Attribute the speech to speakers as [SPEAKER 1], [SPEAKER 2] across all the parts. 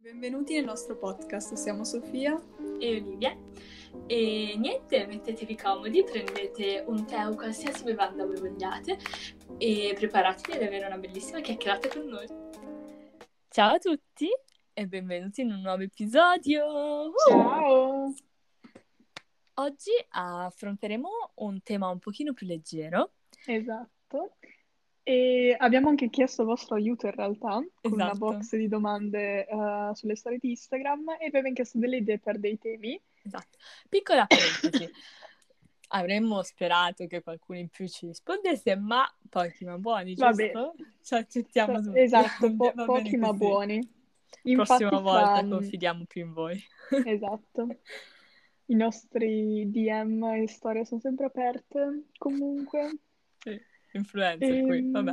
[SPEAKER 1] Benvenuti nel nostro podcast, siamo Sofia
[SPEAKER 2] e Olivia e niente, mettetevi comodi, prendete un tè o qualsiasi bevanda voi vogliate e preparatevi ad avere una bellissima chiacchierata con noi. Ciao a tutti e benvenuti in un nuovo episodio!
[SPEAKER 3] Ciao!
[SPEAKER 2] Oggi affronteremo un tema un pochino più leggero.
[SPEAKER 3] Esatto. E abbiamo anche chiesto il vostro aiuto in realtà con una
[SPEAKER 2] Esatto.
[SPEAKER 3] box di domande sulle storie di Instagram e abbiamo chiesto delle idee per dei temi.
[SPEAKER 2] Esatto. Piccola parentesi. Avremmo sperato che qualcuno in più ci rispondesse, ma pochi ma buoni,
[SPEAKER 3] Vabbè,
[SPEAKER 2] giusto? Ci accettiamo tutti.
[SPEAKER 3] esatto,
[SPEAKER 2] Va bene
[SPEAKER 3] pochi ma
[SPEAKER 2] così.
[SPEAKER 3] buoni.
[SPEAKER 2] Prossima
[SPEAKER 3] Infatti
[SPEAKER 2] volta confidiamo più in voi.
[SPEAKER 3] Esatto. I nostri DM e storie sono sempre aperte, comunque.
[SPEAKER 2] Sì, influencer qui, vabbè.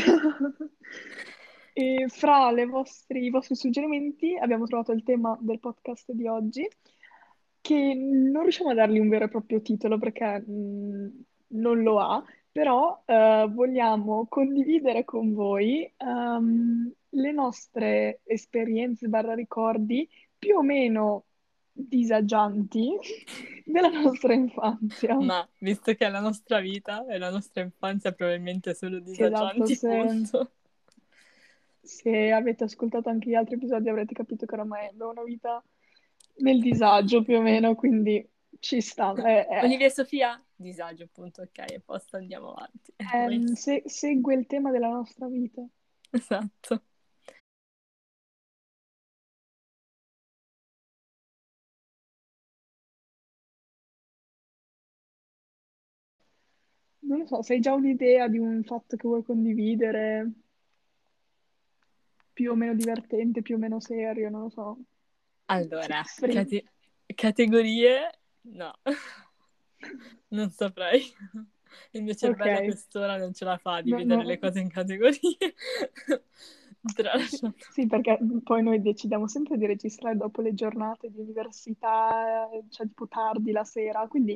[SPEAKER 3] E fra i vostri suggerimenti abbiamo trovato il tema del podcast di oggi, che non riusciamo a dargli un vero e proprio titolo perché non lo ha, però vogliamo condividere con voi le nostre esperienze barra ricordi più o meno disagianti della nostra infanzia.
[SPEAKER 2] Ma visto che è la nostra vita e la nostra infanzia probabilmente solo
[SPEAKER 3] Sì, esatto,
[SPEAKER 2] disagianti, punto.
[SPEAKER 3] se avete ascoltato anche gli altri episodi avrete capito che oramai abbiamo una vita nel disagio più o meno, quindi ci sta.
[SPEAKER 2] Olivia e Sofia, disagio, punto, ok, e poi andiamo avanti.
[SPEAKER 3] Segue il tema della nostra vita.
[SPEAKER 2] Esatto.
[SPEAKER 3] Non lo so, se hai già un'idea di un fatto che vuoi condividere, più o meno divertente, più o meno serio, non lo so.
[SPEAKER 2] Allora,
[SPEAKER 3] Free.
[SPEAKER 2] categorie, no, non saprei. Il mio cervello a
[SPEAKER 3] Ok.
[SPEAKER 2] quest'ora non ce la fa a
[SPEAKER 3] No,
[SPEAKER 2] dividere le
[SPEAKER 3] no.
[SPEAKER 2] cose in categorie. Tralasciando.
[SPEAKER 3] Sì, perché poi noi decidiamo sempre di registrare dopo le giornate di università, cioè tipo tardi la sera, quindi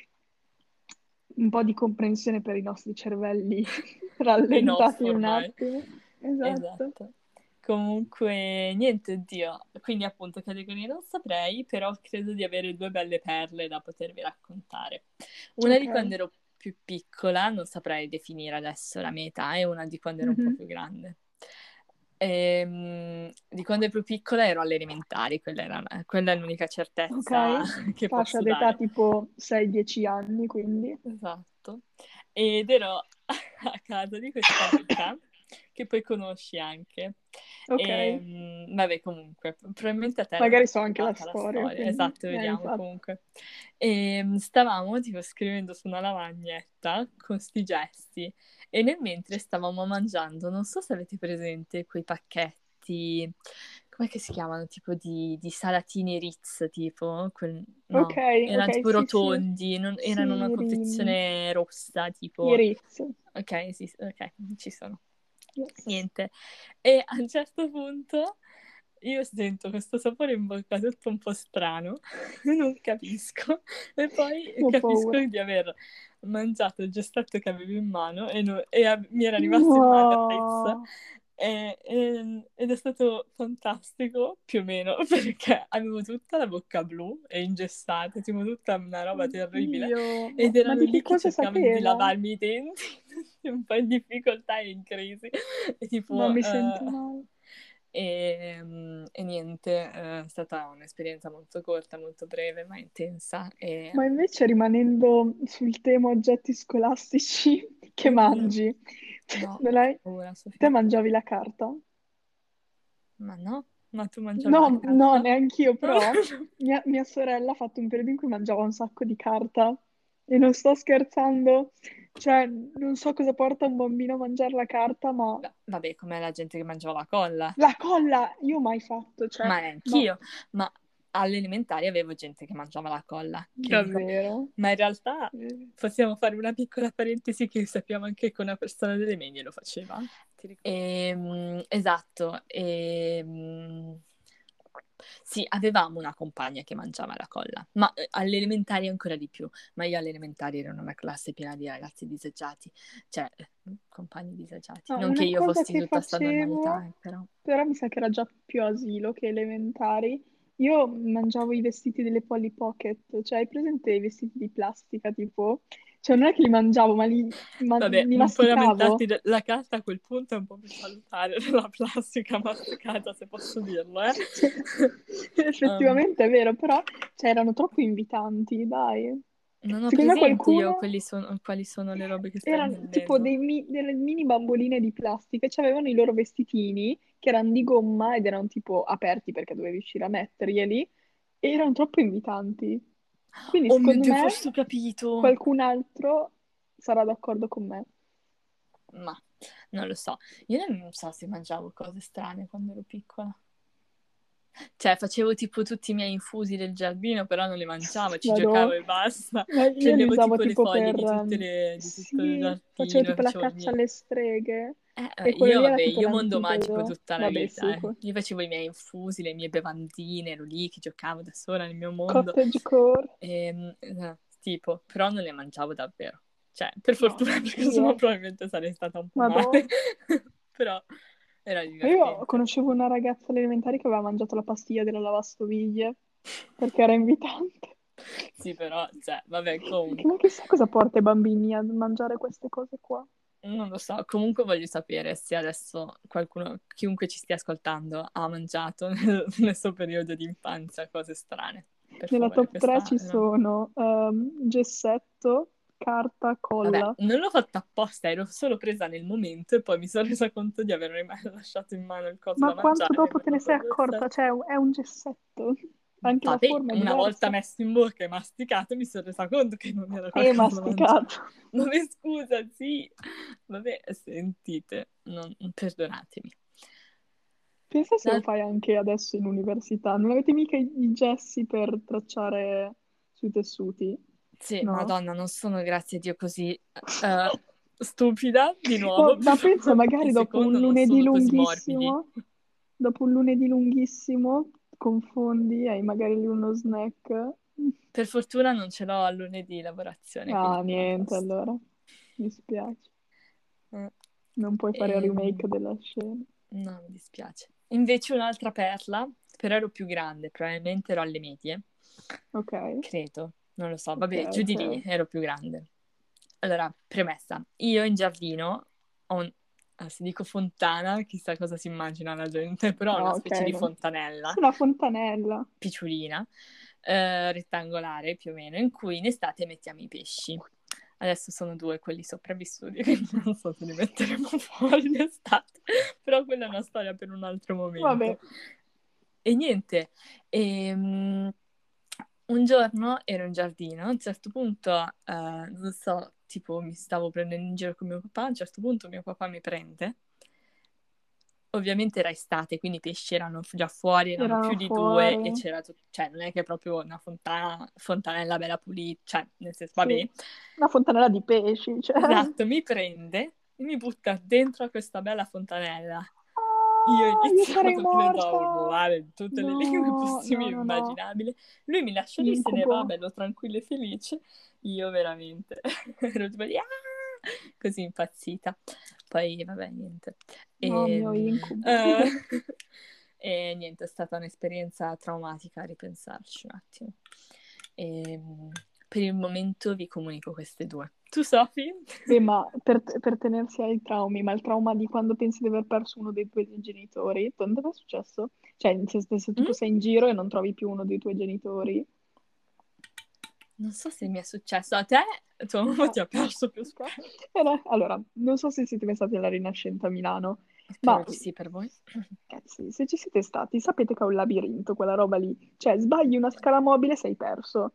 [SPEAKER 3] un po' di comprensione per i nostri cervelli
[SPEAKER 2] In off
[SPEAKER 3] rallentati un
[SPEAKER 2] ormai.
[SPEAKER 3] attimo. Esatto.
[SPEAKER 2] Esatto. Comunque, niente, oddio. Quindi appunto categorie non saprei, però credo di avere due belle perle da potervi raccontare. Una di
[SPEAKER 3] Ok.
[SPEAKER 2] quando ero più piccola, non saprei definire adesso la mia età, e una di quando ero un po'
[SPEAKER 3] Mhm.
[SPEAKER 2] più grande. Di quando ero più piccola ero alle elementari, quella è l'unica
[SPEAKER 3] Ok,
[SPEAKER 2] certezza che
[SPEAKER 3] fascia
[SPEAKER 2] posso
[SPEAKER 3] d'età
[SPEAKER 2] dare.
[SPEAKER 3] tipo 6-10 anni, quindi.
[SPEAKER 2] Esatto. Ed ero a casa di questa amica che poi conosci anche.
[SPEAKER 3] Ok,
[SPEAKER 2] Vabbè, comunque, probabilmente a te non ti
[SPEAKER 3] magari
[SPEAKER 2] è
[SPEAKER 3] so anche la
[SPEAKER 2] capitata la
[SPEAKER 3] storia,
[SPEAKER 2] storia.
[SPEAKER 3] quindi,
[SPEAKER 2] Esatto, vediamo
[SPEAKER 3] infatti.
[SPEAKER 2] comunque. Stavamo tipo scrivendo su una lavagnetta con sti gesti e nel mentre stavamo mangiando, non so se avete presente quei pacchetti, com'è che si chiamano? Tipo di salatini Ritz, tipo?
[SPEAKER 3] Ok,
[SPEAKER 2] No, erano
[SPEAKER 3] ok,
[SPEAKER 2] tipo
[SPEAKER 3] sì, sì.
[SPEAKER 2] rotondi, erano una
[SPEAKER 3] Sì,
[SPEAKER 2] confezione rossa,
[SPEAKER 3] i
[SPEAKER 2] tipo...
[SPEAKER 3] Ritz.
[SPEAKER 2] Ok, sì, ok, ci sono.
[SPEAKER 3] Yes.
[SPEAKER 2] Niente. E a un certo punto io sento questo sapore in bocca tutto un po' strano, non capisco. E poi
[SPEAKER 3] Ho
[SPEAKER 2] capisco
[SPEAKER 3] paura.
[SPEAKER 2] di aver mangiato il gestato che avevo in mano mi era rimasto in mano il Ritz.
[SPEAKER 3] No.
[SPEAKER 2] Ed è stato fantastico, più o meno, perché avevo tutta la bocca blu e ingessata, tipo tutta una roba terribile,
[SPEAKER 3] Oddio,
[SPEAKER 2] ed
[SPEAKER 3] ma
[SPEAKER 2] erano
[SPEAKER 3] di che
[SPEAKER 2] lì che
[SPEAKER 3] cosa
[SPEAKER 2] cercavano di
[SPEAKER 3] sapeva?
[SPEAKER 2] lavarmi i denti, un po' in difficoltà e in crisi, e
[SPEAKER 3] Ma
[SPEAKER 2] tipo...
[SPEAKER 3] mi sento male.
[SPEAKER 2] E niente, è stata un'esperienza molto corta, molto breve, ma intensa.
[SPEAKER 3] Ma invece rimanendo sul tema oggetti scolastici, che
[SPEAKER 2] Oddio,
[SPEAKER 3] mangi?
[SPEAKER 2] no,
[SPEAKER 3] Non
[SPEAKER 2] che
[SPEAKER 3] hai-
[SPEAKER 2] paura,
[SPEAKER 3] Te
[SPEAKER 2] Sofia.
[SPEAKER 3] mangiavi la carta?
[SPEAKER 2] Ma no, ma tu mangiavi la
[SPEAKER 3] No, no,
[SPEAKER 2] carta?
[SPEAKER 3] neanch'io, però mia sorella ha fatto un periodo in cui mangiava un sacco di carta e non sto scherzando, cioè non so cosa porta un bambino a mangiare la carta, ma
[SPEAKER 2] Vabbè, come la gente che mangiava la colla.
[SPEAKER 3] la colla io ho mai fatto, cioè,
[SPEAKER 2] Ma
[SPEAKER 3] ma
[SPEAKER 2] neanch'io. Ma alle elementari avevo gente che mangiava la colla. Che dico,
[SPEAKER 3] davvero?
[SPEAKER 2] ma in realtà
[SPEAKER 3] Eh,
[SPEAKER 2] possiamo fare una piccola parentesi che sappiamo anche che una persona delle medie lo faceva. Esatto.
[SPEAKER 4] Sì, avevamo una compagna che mangiava la colla, ma alle elementari ancora di più. Ma io alle elementari ero in una classe piena di ragazzi disagiati, cioè compagni disagiati.
[SPEAKER 3] No,
[SPEAKER 4] Non che
[SPEAKER 3] una
[SPEAKER 4] io
[SPEAKER 3] cosa
[SPEAKER 4] fossi
[SPEAKER 3] che
[SPEAKER 4] tutta sta normalità,
[SPEAKER 3] facevo,
[SPEAKER 4] però.
[SPEAKER 3] però mi sa che era già più asilo che elementari. Io mangiavo i vestiti delle Polly Pocket, cioè hai presente i vestiti di plastica tipo? Cioè non è che li mangiavo, ma
[SPEAKER 4] Vabbè,
[SPEAKER 3] li
[SPEAKER 4] non puoi lamentarti,
[SPEAKER 3] masticavo.
[SPEAKER 4] la carta a quel punto è un po' più salutare della plastica masticata, se posso dirlo, eh. Um,
[SPEAKER 3] Effettivamente è vero, però cioè, erano troppo invitanti, dai.
[SPEAKER 4] Non ho
[SPEAKER 3] Secondo me
[SPEAKER 4] presente io
[SPEAKER 3] qualcuno
[SPEAKER 4] quali sono le robe che stai
[SPEAKER 3] erano tipo
[SPEAKER 4] intendendo.
[SPEAKER 3] delle mini bamboline di plastica e avevano i loro vestitini che erano di gomma ed erano tipo aperti perché dovevi riuscire a metterglieli e erano troppo invitanti. Quindi
[SPEAKER 4] Oh mio
[SPEAKER 3] secondo
[SPEAKER 4] Dio,
[SPEAKER 3] me
[SPEAKER 4] forse ho capito.
[SPEAKER 3] qualcun altro sarà d'accordo con me.
[SPEAKER 4] Ma non lo so. Io non so se mangiavo cose strane quando ero piccola. Cioè, facevo tipo tutti i miei infusi del giardino, però non li mangiavo, ci giocavo
[SPEAKER 3] Vado.
[SPEAKER 4] e basta.
[SPEAKER 3] Ma io li
[SPEAKER 4] Prendevo
[SPEAKER 3] usavo
[SPEAKER 4] tipo le
[SPEAKER 3] tipo
[SPEAKER 4] foglie
[SPEAKER 3] per...
[SPEAKER 4] di di tutto il
[SPEAKER 3] sì, facevo
[SPEAKER 4] giardino e
[SPEAKER 3] tipo la
[SPEAKER 4] facevo il
[SPEAKER 3] caccia
[SPEAKER 4] mio.
[SPEAKER 3] alle streghe e quello
[SPEAKER 4] Io
[SPEAKER 3] lì era
[SPEAKER 4] vabbè,
[SPEAKER 3] tipo
[SPEAKER 4] io mondo magico
[SPEAKER 3] l'antidoto.
[SPEAKER 4] tutta la
[SPEAKER 3] Vabbè,
[SPEAKER 4] vita,
[SPEAKER 3] sì,
[SPEAKER 4] eh. Io facevo i miei infusi, le mie bevandine, ero lì che giocavo da sola nel mio mondo.
[SPEAKER 3] cottagecore.
[SPEAKER 4] Tipo, però non le mangiavo davvero. Cioè, per
[SPEAKER 3] No,
[SPEAKER 4] fortuna, perché sennò
[SPEAKER 3] io...
[SPEAKER 4] probabilmente sarei stata un po' male.
[SPEAKER 3] Madonna.
[SPEAKER 4] Però era
[SPEAKER 3] Ma io
[SPEAKER 4] divertente.
[SPEAKER 3] conoscevo una ragazza alle elementari che aveva mangiato la pastiglia della lavastoviglie perché era invitante.
[SPEAKER 4] Sì, però, cioè, vabbè,
[SPEAKER 3] Ma
[SPEAKER 4] comunque.
[SPEAKER 3] chissà cosa porta i bambini a mangiare queste cose qua.
[SPEAKER 4] Non lo so, comunque voglio sapere se adesso qualcuno, chiunque ci stia ascoltando, ha mangiato nel suo periodo di infanzia cose strane. Per
[SPEAKER 3] Nella
[SPEAKER 4] favore,
[SPEAKER 3] top 3
[SPEAKER 4] questa
[SPEAKER 3] ci
[SPEAKER 4] è una.
[SPEAKER 3] sono gessetto, carta,
[SPEAKER 4] Vabbè,
[SPEAKER 3] colla.
[SPEAKER 4] non l'ho fatta apposta, ero solo presa nel momento e poi mi sono resa conto di aver lasciato in mano il coso
[SPEAKER 3] Ma
[SPEAKER 4] da
[SPEAKER 3] quanto
[SPEAKER 4] mangiare e
[SPEAKER 3] dopo te
[SPEAKER 4] non
[SPEAKER 3] ne sei
[SPEAKER 4] avevo il
[SPEAKER 3] accorta?
[SPEAKER 4] set.
[SPEAKER 3] Cioè, è un gessetto. Anche la
[SPEAKER 4] Vabbè,
[SPEAKER 3] forma è
[SPEAKER 4] una volta
[SPEAKER 3] diversa.
[SPEAKER 4] messo in bocca e masticato mi sono resa conto che non era
[SPEAKER 3] E
[SPEAKER 4] qualcosa da mangiare.
[SPEAKER 3] masticato.
[SPEAKER 4] Vabbè, scusa, sì. Vabbè, sentite, perdonatemi.
[SPEAKER 3] Pensa se lo
[SPEAKER 4] La-
[SPEAKER 3] fai anche adesso in università. Non avete mica i gessi per tracciare sui tessuti?
[SPEAKER 4] Sì,
[SPEAKER 3] No?
[SPEAKER 4] Madonna, non sono, grazie a Dio, così stupida di
[SPEAKER 3] Ma,
[SPEAKER 4] nuovo.
[SPEAKER 3] ma pensa
[SPEAKER 4] Il
[SPEAKER 3] magari
[SPEAKER 4] secondo non sono così morbidi.
[SPEAKER 3] dopo un lunedì lunghissimo, confondi, hai magari lì uno snack.
[SPEAKER 4] Per fortuna non ce l'ho a lunedì lavorazione, quindi
[SPEAKER 3] Ah,
[SPEAKER 4] sono a
[SPEAKER 3] niente,
[SPEAKER 4] posto.
[SPEAKER 3] allora. Mi spiace.
[SPEAKER 4] Eh,
[SPEAKER 3] Non puoi fare il
[SPEAKER 4] ehm,
[SPEAKER 3] remake della scena.
[SPEAKER 4] no, mi dispiace. Invece un'altra perla, però ero più grande, probabilmente ero alle medie,
[SPEAKER 3] Ok,
[SPEAKER 4] credo, non lo so,
[SPEAKER 3] ok,
[SPEAKER 4] vabbè, giù di lì,
[SPEAKER 3] ok.
[SPEAKER 4] ero più grande. Allora, premessa, io in giardino ho se dico fontana, chissà cosa si immagina la gente, però ho una
[SPEAKER 3] No, ok,
[SPEAKER 4] specie di
[SPEAKER 3] non...
[SPEAKER 4] fontanella,
[SPEAKER 3] Una fontanella.
[SPEAKER 4] picciolina, rettangolare più o meno, in cui in estate mettiamo i pesci. Adesso sono due quelli sopravvissuti, quindi non so se li metteremo fuori in estate, però quella è una storia per un altro
[SPEAKER 3] Vabbè,
[SPEAKER 4] momento. E niente, ehm, un giorno ero in giardino, a un certo punto, non so, tipo mi stavo prendendo in giro con mio papà, a un certo punto mio papà mi prende. Ovviamente era estate, quindi i pesci erano già fuori, erano
[SPEAKER 3] erano
[SPEAKER 4] più di due e
[SPEAKER 3] fuori.
[SPEAKER 4] c'era cioè non è che è proprio una fontanella bella pulita, cioè nel senso,
[SPEAKER 3] Sì,
[SPEAKER 4] vabbè.
[SPEAKER 3] una fontanella di pesci, cioè...
[SPEAKER 4] Esatto, mi prende e mi butta dentro a questa bella fontanella. Io ho
[SPEAKER 3] Ah, io sarei
[SPEAKER 4] iniziato, credo, a
[SPEAKER 3] morta!
[SPEAKER 4] urlare in tutte le lingue
[SPEAKER 3] No,
[SPEAKER 4] possibili
[SPEAKER 3] no,
[SPEAKER 4] e
[SPEAKER 3] no, no.
[SPEAKER 4] immaginabili. Lui mi lascia lì, se ne va,
[SPEAKER 3] Incubo.
[SPEAKER 4] bello tranquillo e felice. Io veramente ero tipo lì, "Ah!" Così impazzita. Poi, vabbè, niente.
[SPEAKER 3] No,
[SPEAKER 4] E,
[SPEAKER 3] mio incubo.
[SPEAKER 4] e niente, è stata un'esperienza traumatica a ripensarci un attimo. E, per il momento vi comunico queste due. Tu, Sofi?
[SPEAKER 3] Beh, ma per tenersi ai traumi, ma il trauma di quando pensi di aver perso uno dei tuoi genitori, quando è successo? Cioè, se tipo
[SPEAKER 4] Mm?
[SPEAKER 3] sei in giro e non trovi più uno dei tuoi genitori.
[SPEAKER 4] Non so se mi è successo a te, tua mamma
[SPEAKER 3] Ah,
[SPEAKER 4] ti ha perso più
[SPEAKER 3] ok.
[SPEAKER 4] spesso.
[SPEAKER 3] Allora, non so se siete mai stati alla Rinascente a Milano,
[SPEAKER 4] Spero
[SPEAKER 3] ma
[SPEAKER 4] di sì per voi.
[SPEAKER 3] sì, se ci siete stati, sapete che è un labirinto, quella roba lì. Cioè, sbagli una scala mobile, sei perso.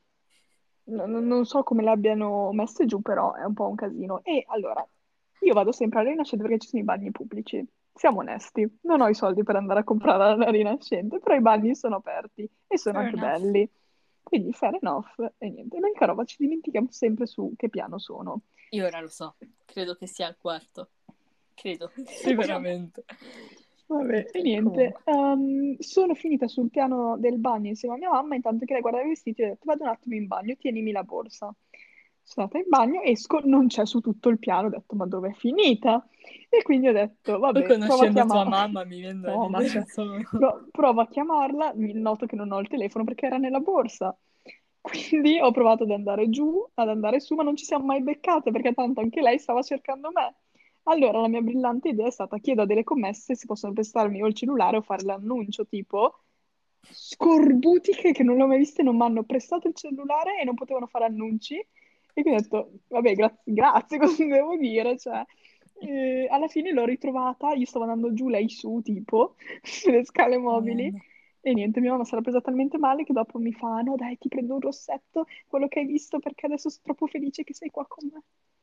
[SPEAKER 3] Non so come l'abbiano messe giù, però è un po' un casino. E allora, io vado sempre alla Rinascente perché ci sono i bagni pubblici. Siamo onesti, non ho i soldi per andare a comprare alla Rinascente, però i bagni sono aperti e sono
[SPEAKER 4] Fair
[SPEAKER 3] anche
[SPEAKER 4] enough.
[SPEAKER 3] belli. Quindi fair enough e niente. L'unica roba ci dimentichiamo sempre su che piano sono.
[SPEAKER 4] Io ora lo so, credo che sia il quarto. Credo, sì, veramente.
[SPEAKER 3] Vabbè, e
[SPEAKER 4] Ok,
[SPEAKER 3] niente,
[SPEAKER 4] comunque.
[SPEAKER 3] sono finita sul piano del bagno insieme a mia mamma, intanto che lei guardava i vestiti, ho detto vado un attimo in bagno, tienimi la borsa. Sono andata in bagno, esco, non c'è su tutto il piano, ho detto ma dov'è finita? E quindi ho detto
[SPEAKER 4] Poi
[SPEAKER 3] vabbè, prova a
[SPEAKER 4] conoscendo tua
[SPEAKER 3] chiamarla.
[SPEAKER 4] mamma mi viene da
[SPEAKER 3] No, ma
[SPEAKER 4] ridere,
[SPEAKER 3] c'è.
[SPEAKER 4] insomma.
[SPEAKER 3] Provo a chiamarla, noto che non ho il telefono perché era nella borsa. Quindi ho provato ad andare giù, ad andare su, ma non ci siamo mai beccate perché tanto anche lei stava cercando me. Allora la mia brillante idea è stata chiedo a delle commesse se possono prestarmi o il cellulare o fare l'annuncio tipo scorbuti che non le ho mai viste, non mi hanno prestato il cellulare e non potevano fare annunci. E quindi ho detto, vabbè, grazie, cosa devo dire? Cioè, alla fine l'ho ritrovata, io stavo andando giù, lei su, tipo, sulle scale mobili.
[SPEAKER 4] Madonna.
[SPEAKER 3] E niente, mia mamma si era presa talmente male che dopo mi fa, no dai, ti prendo un rossetto, quello che hai visto, perché adesso sono troppo felice che sei qua con me.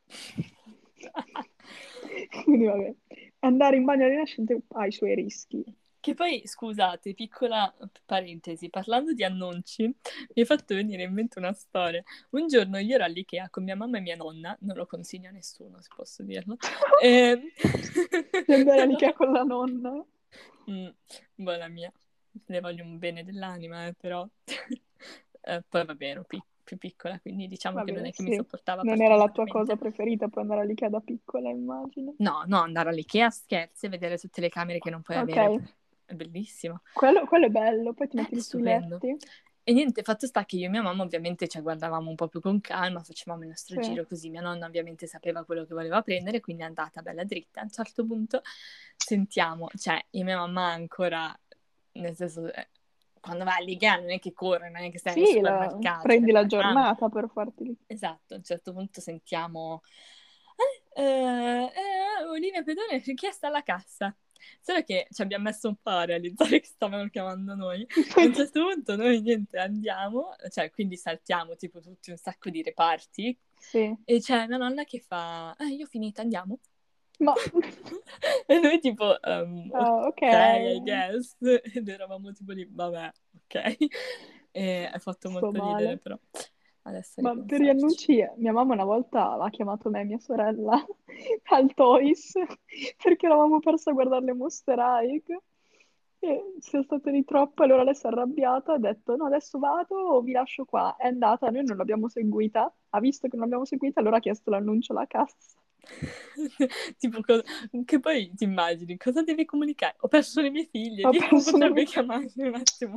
[SPEAKER 3] Quindi vabbè, andare in bagno alle nascente ha i suoi rischi.
[SPEAKER 4] Che poi, scusate, piccola parentesi, parlando di annunci, mi è fatto venire in mente una storia. Un giorno io ero all'Ikea con mia mamma e mia nonna, non lo consiglio a nessuno, se posso dirlo. E...
[SPEAKER 3] Di andare
[SPEAKER 4] Però...
[SPEAKER 3] all'Ikea con la nonna.
[SPEAKER 4] Mm, buona mia, le voglio un bene dell'anima, però... poi vabbè, ero più piccola, quindi diciamo che non
[SPEAKER 3] Vabbè,
[SPEAKER 4] è che mi
[SPEAKER 3] sì.
[SPEAKER 4] sopportava
[SPEAKER 3] Non era la tua cosa
[SPEAKER 4] particolarmente.
[SPEAKER 3] preferita, poi andare all'Ikea da piccola, immagino.
[SPEAKER 4] No, no, andare all'Ikea scherzi e vedere tutte le camere che non puoi
[SPEAKER 3] Ok,
[SPEAKER 4] avere. È bellissimo.
[SPEAKER 3] quello è bello, poi ti metti
[SPEAKER 4] È
[SPEAKER 3] lì sui
[SPEAKER 4] stupendo.
[SPEAKER 3] letti.
[SPEAKER 4] E niente, fatto sta che io e mia mamma ovviamente ci guardavamo un po' più con calma, facevamo il nostro
[SPEAKER 3] Sì.
[SPEAKER 4] giro così, mia nonna ovviamente sapeva quello che voleva prendere, quindi è andata bella dritta. A un certo punto sentiamo, cioè, io e mia mamma ancora, nel senso, quando vai all'Ikea non è che corre, non è che stai nei
[SPEAKER 3] Sì,
[SPEAKER 4] supermercati,
[SPEAKER 3] prendi la
[SPEAKER 4] calma.
[SPEAKER 3] giornata per farti lì.
[SPEAKER 4] Esatto, a un certo punto sentiamo Olivia Pedone richiesta alla cassa. Solo che ci abbiamo messo un po' a realizzare che stavano chiamando noi. A un certo punto noi niente, andiamo, cioè quindi saltiamo tipo tutti un sacco di reparti
[SPEAKER 3] Sì,
[SPEAKER 4] e c'è mia nonna che fa, io ho finito, andiamo.
[SPEAKER 3] ma...
[SPEAKER 4] E noi tipo,
[SPEAKER 3] Ok.
[SPEAKER 4] ok, I guess. Ed eravamo tipo lì, vabbè, ok. E ha fatto
[SPEAKER 3] Sto
[SPEAKER 4] molto ridere
[SPEAKER 3] male.
[SPEAKER 4] però. Adesso
[SPEAKER 3] Ma per gli
[SPEAKER 4] ripensarci.
[SPEAKER 3] annunci, mia mamma una volta ha chiamato me e mia sorella al Toys perché eravamo perse a guardare le Monster High e siamo state lì troppo, allora lei si è arrabbiata e ha detto no, adesso vado o vi lascio qua. È andata, noi non l'abbiamo seguita, ha visto che non l'abbiamo seguita, allora ha chiesto l'annuncio alla cassa.
[SPEAKER 4] Tipo, che poi ti immagini, cosa deve comunicare? Ho perso le mie figlie,
[SPEAKER 3] Ho
[SPEAKER 4] tipo
[SPEAKER 3] perso le
[SPEAKER 4] potrebbe
[SPEAKER 3] mie...
[SPEAKER 4] chiamarmi un attimo.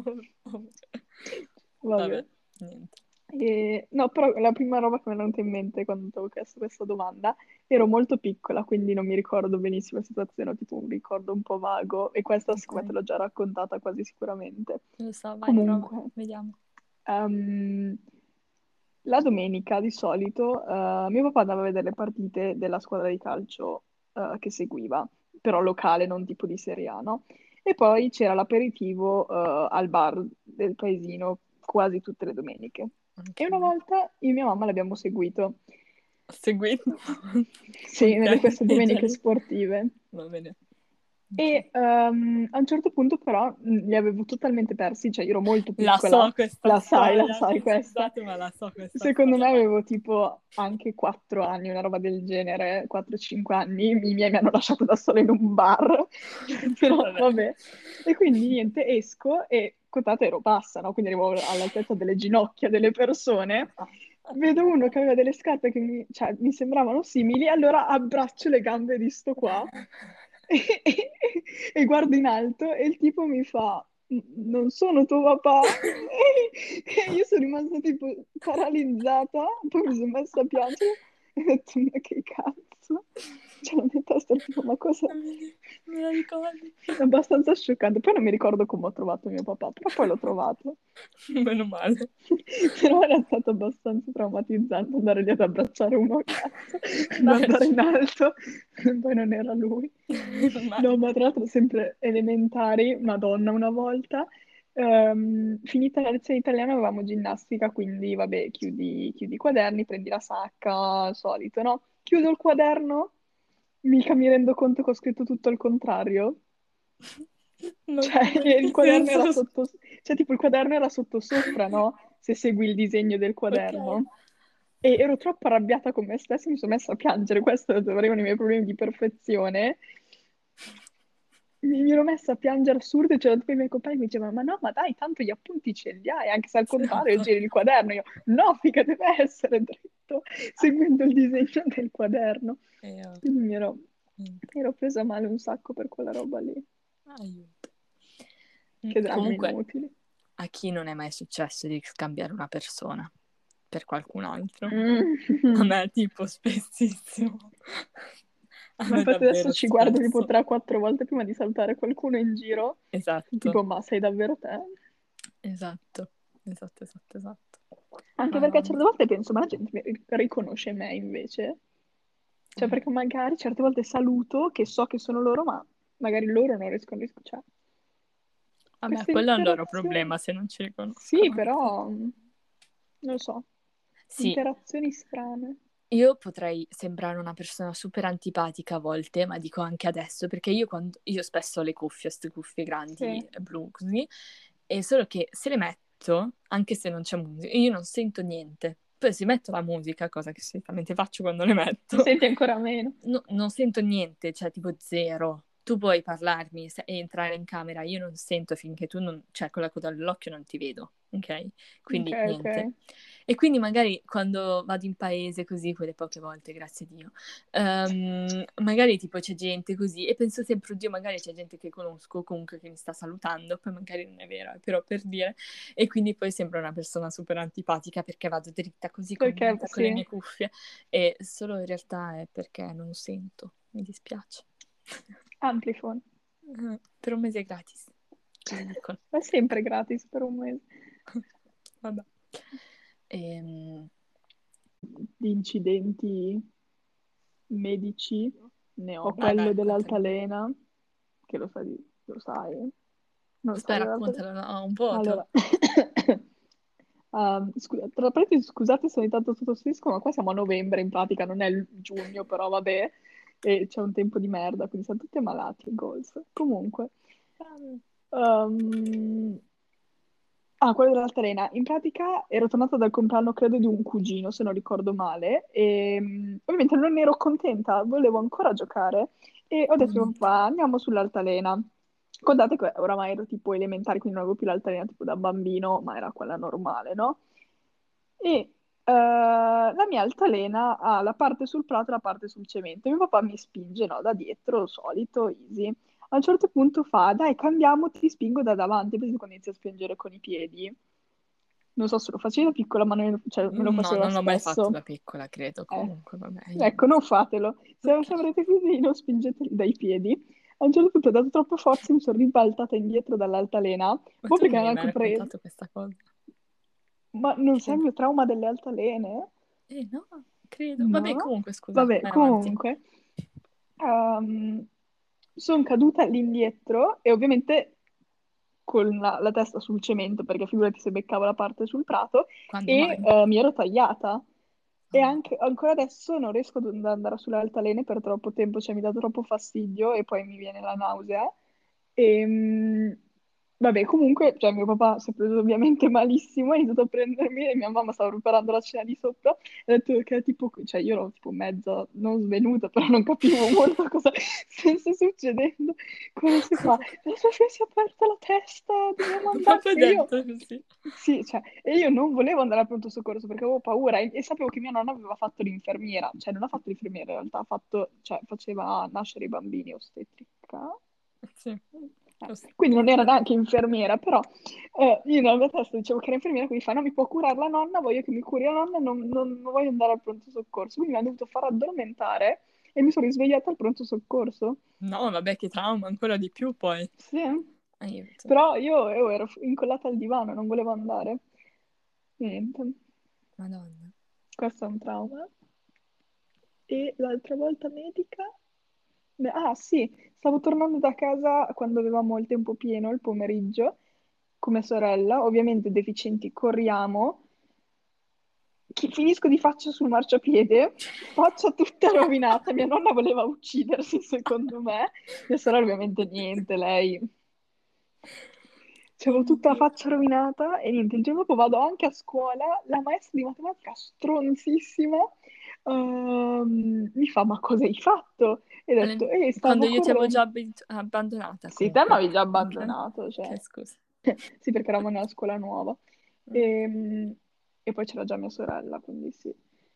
[SPEAKER 3] Vabbè.
[SPEAKER 4] Vabbè, niente.
[SPEAKER 3] No, però la prima roba che mi è venuta in mente quando ti avevo chiesto questa domanda, ero molto piccola, quindi non mi ricordo benissimo la situazione, ho tipo un ricordo un po' vago e questa siccome te
[SPEAKER 4] Ok,
[SPEAKER 3] l'ho già raccontata quasi sicuramente.
[SPEAKER 4] lo so, vai, prova,
[SPEAKER 3] Comunque,
[SPEAKER 4] vediamo.
[SPEAKER 3] ehm, la domenica di solito mio papà andava a vedere le partite della squadra di calcio che seguiva, però locale, non tipo di Serie A, no? E poi c'era l'aperitivo al bar del paesino quasi tutte le domeniche.
[SPEAKER 4] Ok,
[SPEAKER 3] E una volta io e mia mamma l'abbiamo seguito.
[SPEAKER 4] seguito.
[SPEAKER 3] Sì, nelle
[SPEAKER 4] Ok,
[SPEAKER 3] queste
[SPEAKER 4] già
[SPEAKER 3] domeniche
[SPEAKER 4] lì.
[SPEAKER 3] sportive.
[SPEAKER 4] Va bene. Ok.
[SPEAKER 3] E a un certo punto però li avevo totalmente persi, cioè io ero molto
[SPEAKER 4] La
[SPEAKER 3] piccola,
[SPEAKER 4] so questa
[SPEAKER 3] la
[SPEAKER 4] storia,
[SPEAKER 3] sai questa.
[SPEAKER 4] scusate, ma la so questa
[SPEAKER 3] Secondo me
[SPEAKER 4] storia, vai.
[SPEAKER 3] avevo tipo anche 4 anni, una roba del genere, 4-5 anni, i miei mi hanno lasciato da sola in un bar, però
[SPEAKER 4] Vabbè.
[SPEAKER 3] vabbè. E quindi niente, esco e contate ero bassa, no? Quindi arrivo all'altezza delle ginocchia delle persone, vedo uno che aveva delle scarpe che cioè, mi sembravano simili, allora abbraccio le gambe di sto qua e, e- e guardo in alto e il tipo mi fa, non sono tuo papà. E io sono rimasta tipo paralizzata, poi mi sono messa a piangere e ho detto, ma che cazzo? Cioè, la mia testa era tipo, ma cosa?
[SPEAKER 4] Me la ricordo.
[SPEAKER 3] È abbastanza scioccante. Poi non mi ricordo come ho trovato mio papà, però poi l'ho trovato.
[SPEAKER 4] Meno male.
[SPEAKER 3] Però era stato abbastanza traumatizzante andare lì ad abbracciare uno a cazzo, guardare in
[SPEAKER 4] Immagino.
[SPEAKER 3] alto e poi non era lui. No, ma tra l'altro sempre elementari, Madonna, una volta, finita la lezione di italiano avevamo ginnastica, quindi vabbè, chiudi i quaderni, prendi la sacca, solito, no? Chiudo il quaderno, mica mi rendo conto che ho scritto tutto al contrario.
[SPEAKER 4] Ma
[SPEAKER 3] Cioè,
[SPEAKER 4] come, in
[SPEAKER 3] il
[SPEAKER 4] che
[SPEAKER 3] quaderno
[SPEAKER 4] senso?
[SPEAKER 3] era sotto, cioè, tipo, il quaderno era sotto sopra, no? Se segui il disegno del
[SPEAKER 4] Ok.
[SPEAKER 3] quaderno. E ero troppo arrabbiata con me stessa, mi sono messa a piangere. Questo dove arrivano i miei problemi di perfezione. mi ero messa a piangere assurdo e c'erano tutti i miei compagni che mi dicevano, ma no, ma dai, tanto gli appunti ce li hai, anche se al contrario giri il quaderno. Io, no, mica deve essere dritto, seguendo il disegno del quaderno. Quindi ero presa male un sacco per quella roba lì.
[SPEAKER 4] Aiuto.
[SPEAKER 3] Che drammi
[SPEAKER 4] Comunque,
[SPEAKER 3] inutili.
[SPEAKER 4] a chi non è mai successo di scambiare una persona per qualcun altro? A
[SPEAKER 3] Mm.
[SPEAKER 4] me tipo spessissimo. A
[SPEAKER 3] Ma
[SPEAKER 4] me
[SPEAKER 3] infatti adesso
[SPEAKER 4] davvero
[SPEAKER 3] ci guardo tipo
[SPEAKER 4] spesso.
[SPEAKER 3] 3-4 volte prima di salutare qualcuno in giro.
[SPEAKER 4] Esatto,
[SPEAKER 3] Tipo, ma sei davvero te?
[SPEAKER 4] esatto.
[SPEAKER 3] Anche perché certe
[SPEAKER 4] Madonna.
[SPEAKER 3] volte penso, ma la gente mi riconosce me invece? Cioè, perché magari certe volte saluto, che so che sono loro, ma magari loro non riescono a cioè,
[SPEAKER 4] Vabbè,
[SPEAKER 3] queste
[SPEAKER 4] quello è un loro
[SPEAKER 3] interazioni...
[SPEAKER 4] problema se non ci
[SPEAKER 3] Sì,
[SPEAKER 4] riconoscono.
[SPEAKER 3] però, non lo so,
[SPEAKER 4] Sì,
[SPEAKER 3] interazioni strane.
[SPEAKER 4] io potrei sembrare una persona super antipatica a volte, ma dico anche adesso, perché io spesso ho le cuffie, queste cuffie grandi,
[SPEAKER 3] Sì.
[SPEAKER 4] blu, così, e solo che se le metto, anche se non c'è musica, io non sento niente. Poi se metto la musica, cosa che solitamente faccio quando le
[SPEAKER 3] Lo
[SPEAKER 4] metto,
[SPEAKER 3] senti ancora meno.
[SPEAKER 4] non sento niente, cioè tipo zero. Tu puoi parlarmi e entrare in camera, io non sento finché tu non, cioè con la coda dell'occhio non ti vedo, ok?
[SPEAKER 3] Ok,
[SPEAKER 4] Quindi
[SPEAKER 3] ok.
[SPEAKER 4] niente. E quindi magari quando vado in paese così, quelle poche volte, grazie a Dio, magari tipo c'è gente così e penso sempre, oddio, magari c'è gente che conosco comunque che mi sta salutando, poi magari non è vero, però per dire. E quindi poi sembro una persona super antipatica perché vado dritta così
[SPEAKER 3] Perché,
[SPEAKER 4] convinta con le mie
[SPEAKER 3] sì,
[SPEAKER 4] cuffie e solo in realtà è perché non sento, mi dispiace.
[SPEAKER 3] Amplifon.
[SPEAKER 4] Per un mese gratis, così dicono.
[SPEAKER 3] È sempre gratis per un mese.
[SPEAKER 4] Vabbè.
[SPEAKER 3] Di incidenti medici ne ho.
[SPEAKER 4] Vai,
[SPEAKER 3] Quello
[SPEAKER 4] raccontami.
[SPEAKER 3] dell'altalena, che lo sai? Non lo sai
[SPEAKER 4] Aspetta,
[SPEAKER 3] dell'altalena?
[SPEAKER 4] raccontala, ho un vuoto.
[SPEAKER 3] Allora, tra parentesi, scusate se ogni tanto sottoscrisco, ma qua siamo a novembre, in pratica non è il giugno, però vabbè, e c'è un tempo di merda, quindi siamo tutti ammalati, goals. Comunque, ehm, quello dell'altalena. In pratica ero tornata dal compleanno, credo, di un cugino, se non ricordo male, e ovviamente non ero contenta, volevo ancora giocare, e ho detto a papà, andiamo sull'altalena. Contate che oramai ero tipo elementare, quindi non avevo più l'altalena tipo da bambino, ma era quella normale, no? E la mia altalena ha la parte sul prato e la parte sul cemento. Mio papà mi spinge, no, da dietro, solito, easy. A un certo punto fa, dai, cambiamo, ti spingo da davanti, perché quando inizia a spingere con i piedi. Non so se lo facevi da piccola, ma cioè, me lo
[SPEAKER 4] No,
[SPEAKER 3] facevo lo
[SPEAKER 4] non l'ho mai fatto
[SPEAKER 3] stesso.
[SPEAKER 4] da piccola, credo,
[SPEAKER 3] Eh,
[SPEAKER 4] comunque, vabbè.
[SPEAKER 3] ecco, non fatelo. Se avrete figli, non spingeteli dai piedi. A un certo punto ho dato troppo forza, mi sono ribaltata indietro dall'altalena,
[SPEAKER 4] Ma
[SPEAKER 3] boh,
[SPEAKER 4] tu
[SPEAKER 3] perché
[SPEAKER 4] non
[SPEAKER 3] mi
[SPEAKER 4] mi hai
[SPEAKER 3] hanno
[SPEAKER 4] mai
[SPEAKER 3] anche preso.
[SPEAKER 4] raccontato questa cosa?
[SPEAKER 3] Ma non sai il
[SPEAKER 4] Credo.
[SPEAKER 3] mio trauma delle altalene?
[SPEAKER 4] No, credo. Vabbè,
[SPEAKER 3] No?
[SPEAKER 4] comunque, scusa,
[SPEAKER 3] Vabbè,
[SPEAKER 4] vai avanti.
[SPEAKER 3] comunque, sono caduta all'indietro e ovviamente con la testa sul cemento, perché figurati se beccavo la parte sul prato,
[SPEAKER 4] Quando
[SPEAKER 3] e
[SPEAKER 4] mai?
[SPEAKER 3] mi ero tagliata. E
[SPEAKER 4] Ah,
[SPEAKER 3] anche ancora adesso non riesco ad andare sulle altalene per troppo tempo, cioè mi dà troppo fastidio e poi mi viene la nausea. E, vabbè, comunque, cioè, mio papà si è preso ovviamente malissimo, ha iniziato a prendermi e mia mamma stava preparando la cena di sopra, ha detto che tipo, cioè io ero tipo mezza, non svenuta, però non capivo molto cosa stesse succedendo. Cosa si fa? La sua figlia si è aperta la testa, dobbiamo
[SPEAKER 4] proprio
[SPEAKER 3] andarci. E io,
[SPEAKER 4] detto così.
[SPEAKER 3] sì, cioè, e io non volevo andare al pronto soccorso perché avevo paura e sapevo che mia nonna aveva fatto l'infermiera, cioè non ha fatto l'infermiera in realtà, ha fatto, cioè, faceva nascere i bambini ostetrica.
[SPEAKER 4] Sì.
[SPEAKER 3] Quindi non era neanche infermiera, però io nella mia testa dicevo che era infermiera, quindi fa, no, mi può curare la nonna, voglio che mi curi la nonna, non voglio andare al pronto soccorso. Quindi mi hanno dovuto far addormentare e mi sono risvegliata al pronto soccorso.
[SPEAKER 4] No, vabbè, che trauma, ancora di più poi.
[SPEAKER 3] Sì,
[SPEAKER 4] Aiuto.
[SPEAKER 3] però io ero incollata al divano, non volevo andare. Niente,
[SPEAKER 4] Madonna.
[SPEAKER 3] questo è un trauma. E l'altra volta medica? Beh, ah sì, stavo tornando da casa quando avevamo il tempo pieno, il pomeriggio, come sorella, ovviamente deficienti, corriamo, finisco di faccia sul marciapiede, faccia tutta rovinata, mia nonna voleva uccidersi secondo me, mia sorella ovviamente niente, lei C'avevo tutta la faccia rovinata e niente, il giorno dopo vado anche a scuola, la maestra di matematica stronzissima mi fa, ma cosa hai fatto? E ho detto, stavo
[SPEAKER 4] Quando io ti avevo
[SPEAKER 3] correndo.
[SPEAKER 4] già abbandonata
[SPEAKER 3] Sì, te mi
[SPEAKER 4] comunque.
[SPEAKER 3] avevi già
[SPEAKER 4] Ok.
[SPEAKER 3] abbandonato, cioè.
[SPEAKER 4] Che scusa.
[SPEAKER 3] Sì, perché eravamo nella scuola nuova. E poi c'era già mia sorella, quindi sì.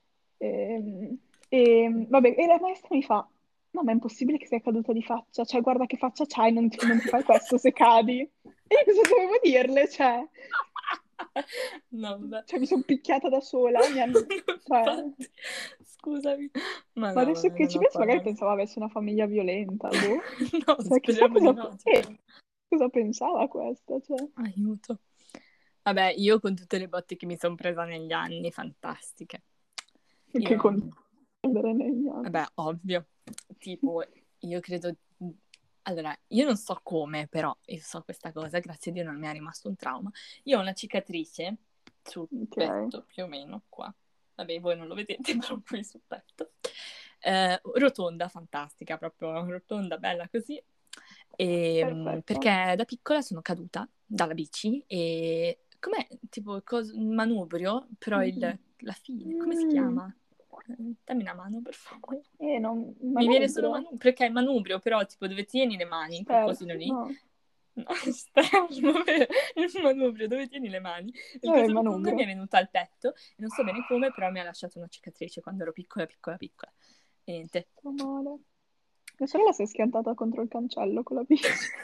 [SPEAKER 3] Vabbè, e la maestra mi fa, no, ma è impossibile che sei caduta di faccia, cioè guarda che faccia c'hai, non ti fai questo se cadi. E io cosa dovevo dirle, cioè?
[SPEAKER 4] No, vabbè.
[SPEAKER 3] Cioè mi sono picchiata da sola, cioè,
[SPEAKER 4] Infatti, scusami. Ma
[SPEAKER 3] ma
[SPEAKER 4] no,
[SPEAKER 3] adesso
[SPEAKER 4] vabbè,
[SPEAKER 3] che
[SPEAKER 4] non
[SPEAKER 3] ci
[SPEAKER 4] ho
[SPEAKER 3] penso magari
[SPEAKER 4] parole.
[SPEAKER 3] pensavo avesse una famiglia violenta, boh.
[SPEAKER 4] No,
[SPEAKER 3] Cioè chissà
[SPEAKER 4] speriamo di no. Cioè,
[SPEAKER 3] cosa pensava questa, cioè.
[SPEAKER 4] aiuto. Vabbè, io con tutte le botte che mi sono presa negli anni, fantastiche.
[SPEAKER 3] Che
[SPEAKER 4] Io,
[SPEAKER 3] contendere negli anni.
[SPEAKER 4] vabbè, ovvio. Tipo, io credo... Allora, io non so come, però io so questa cosa, grazie a Dio non mi è rimasto un trauma. Io ho una cicatrice sul
[SPEAKER 3] Ok.
[SPEAKER 4] petto, più o meno, qua. Vabbè, voi non lo vedete, però qui sul petto. Rotonda, fantastica, proprio rotonda, bella così.
[SPEAKER 3] Perfetto.
[SPEAKER 4] Perché da piccola sono caduta dalla bici e com'è tipo manubrio, però la fine, come si chiama? Dammi una mano, per favore. Mi viene solo
[SPEAKER 3] Manubrio.
[SPEAKER 4] manubrio, perché è manubrio, però tipo dove tieni le mani, quel cosino lì.
[SPEAKER 3] No,
[SPEAKER 4] No, sterno, il manubrio, dove tieni le mani. Il
[SPEAKER 3] è
[SPEAKER 4] coso rotonda mi
[SPEAKER 3] manubrio.
[SPEAKER 4] è venuto al petto e non so bene come, però mi ha lasciato una cicatrice quando ero piccola, piccola, piccola. E niente.
[SPEAKER 3] Sto male. Mia sorella si è schiantata contro il cancello con la bici.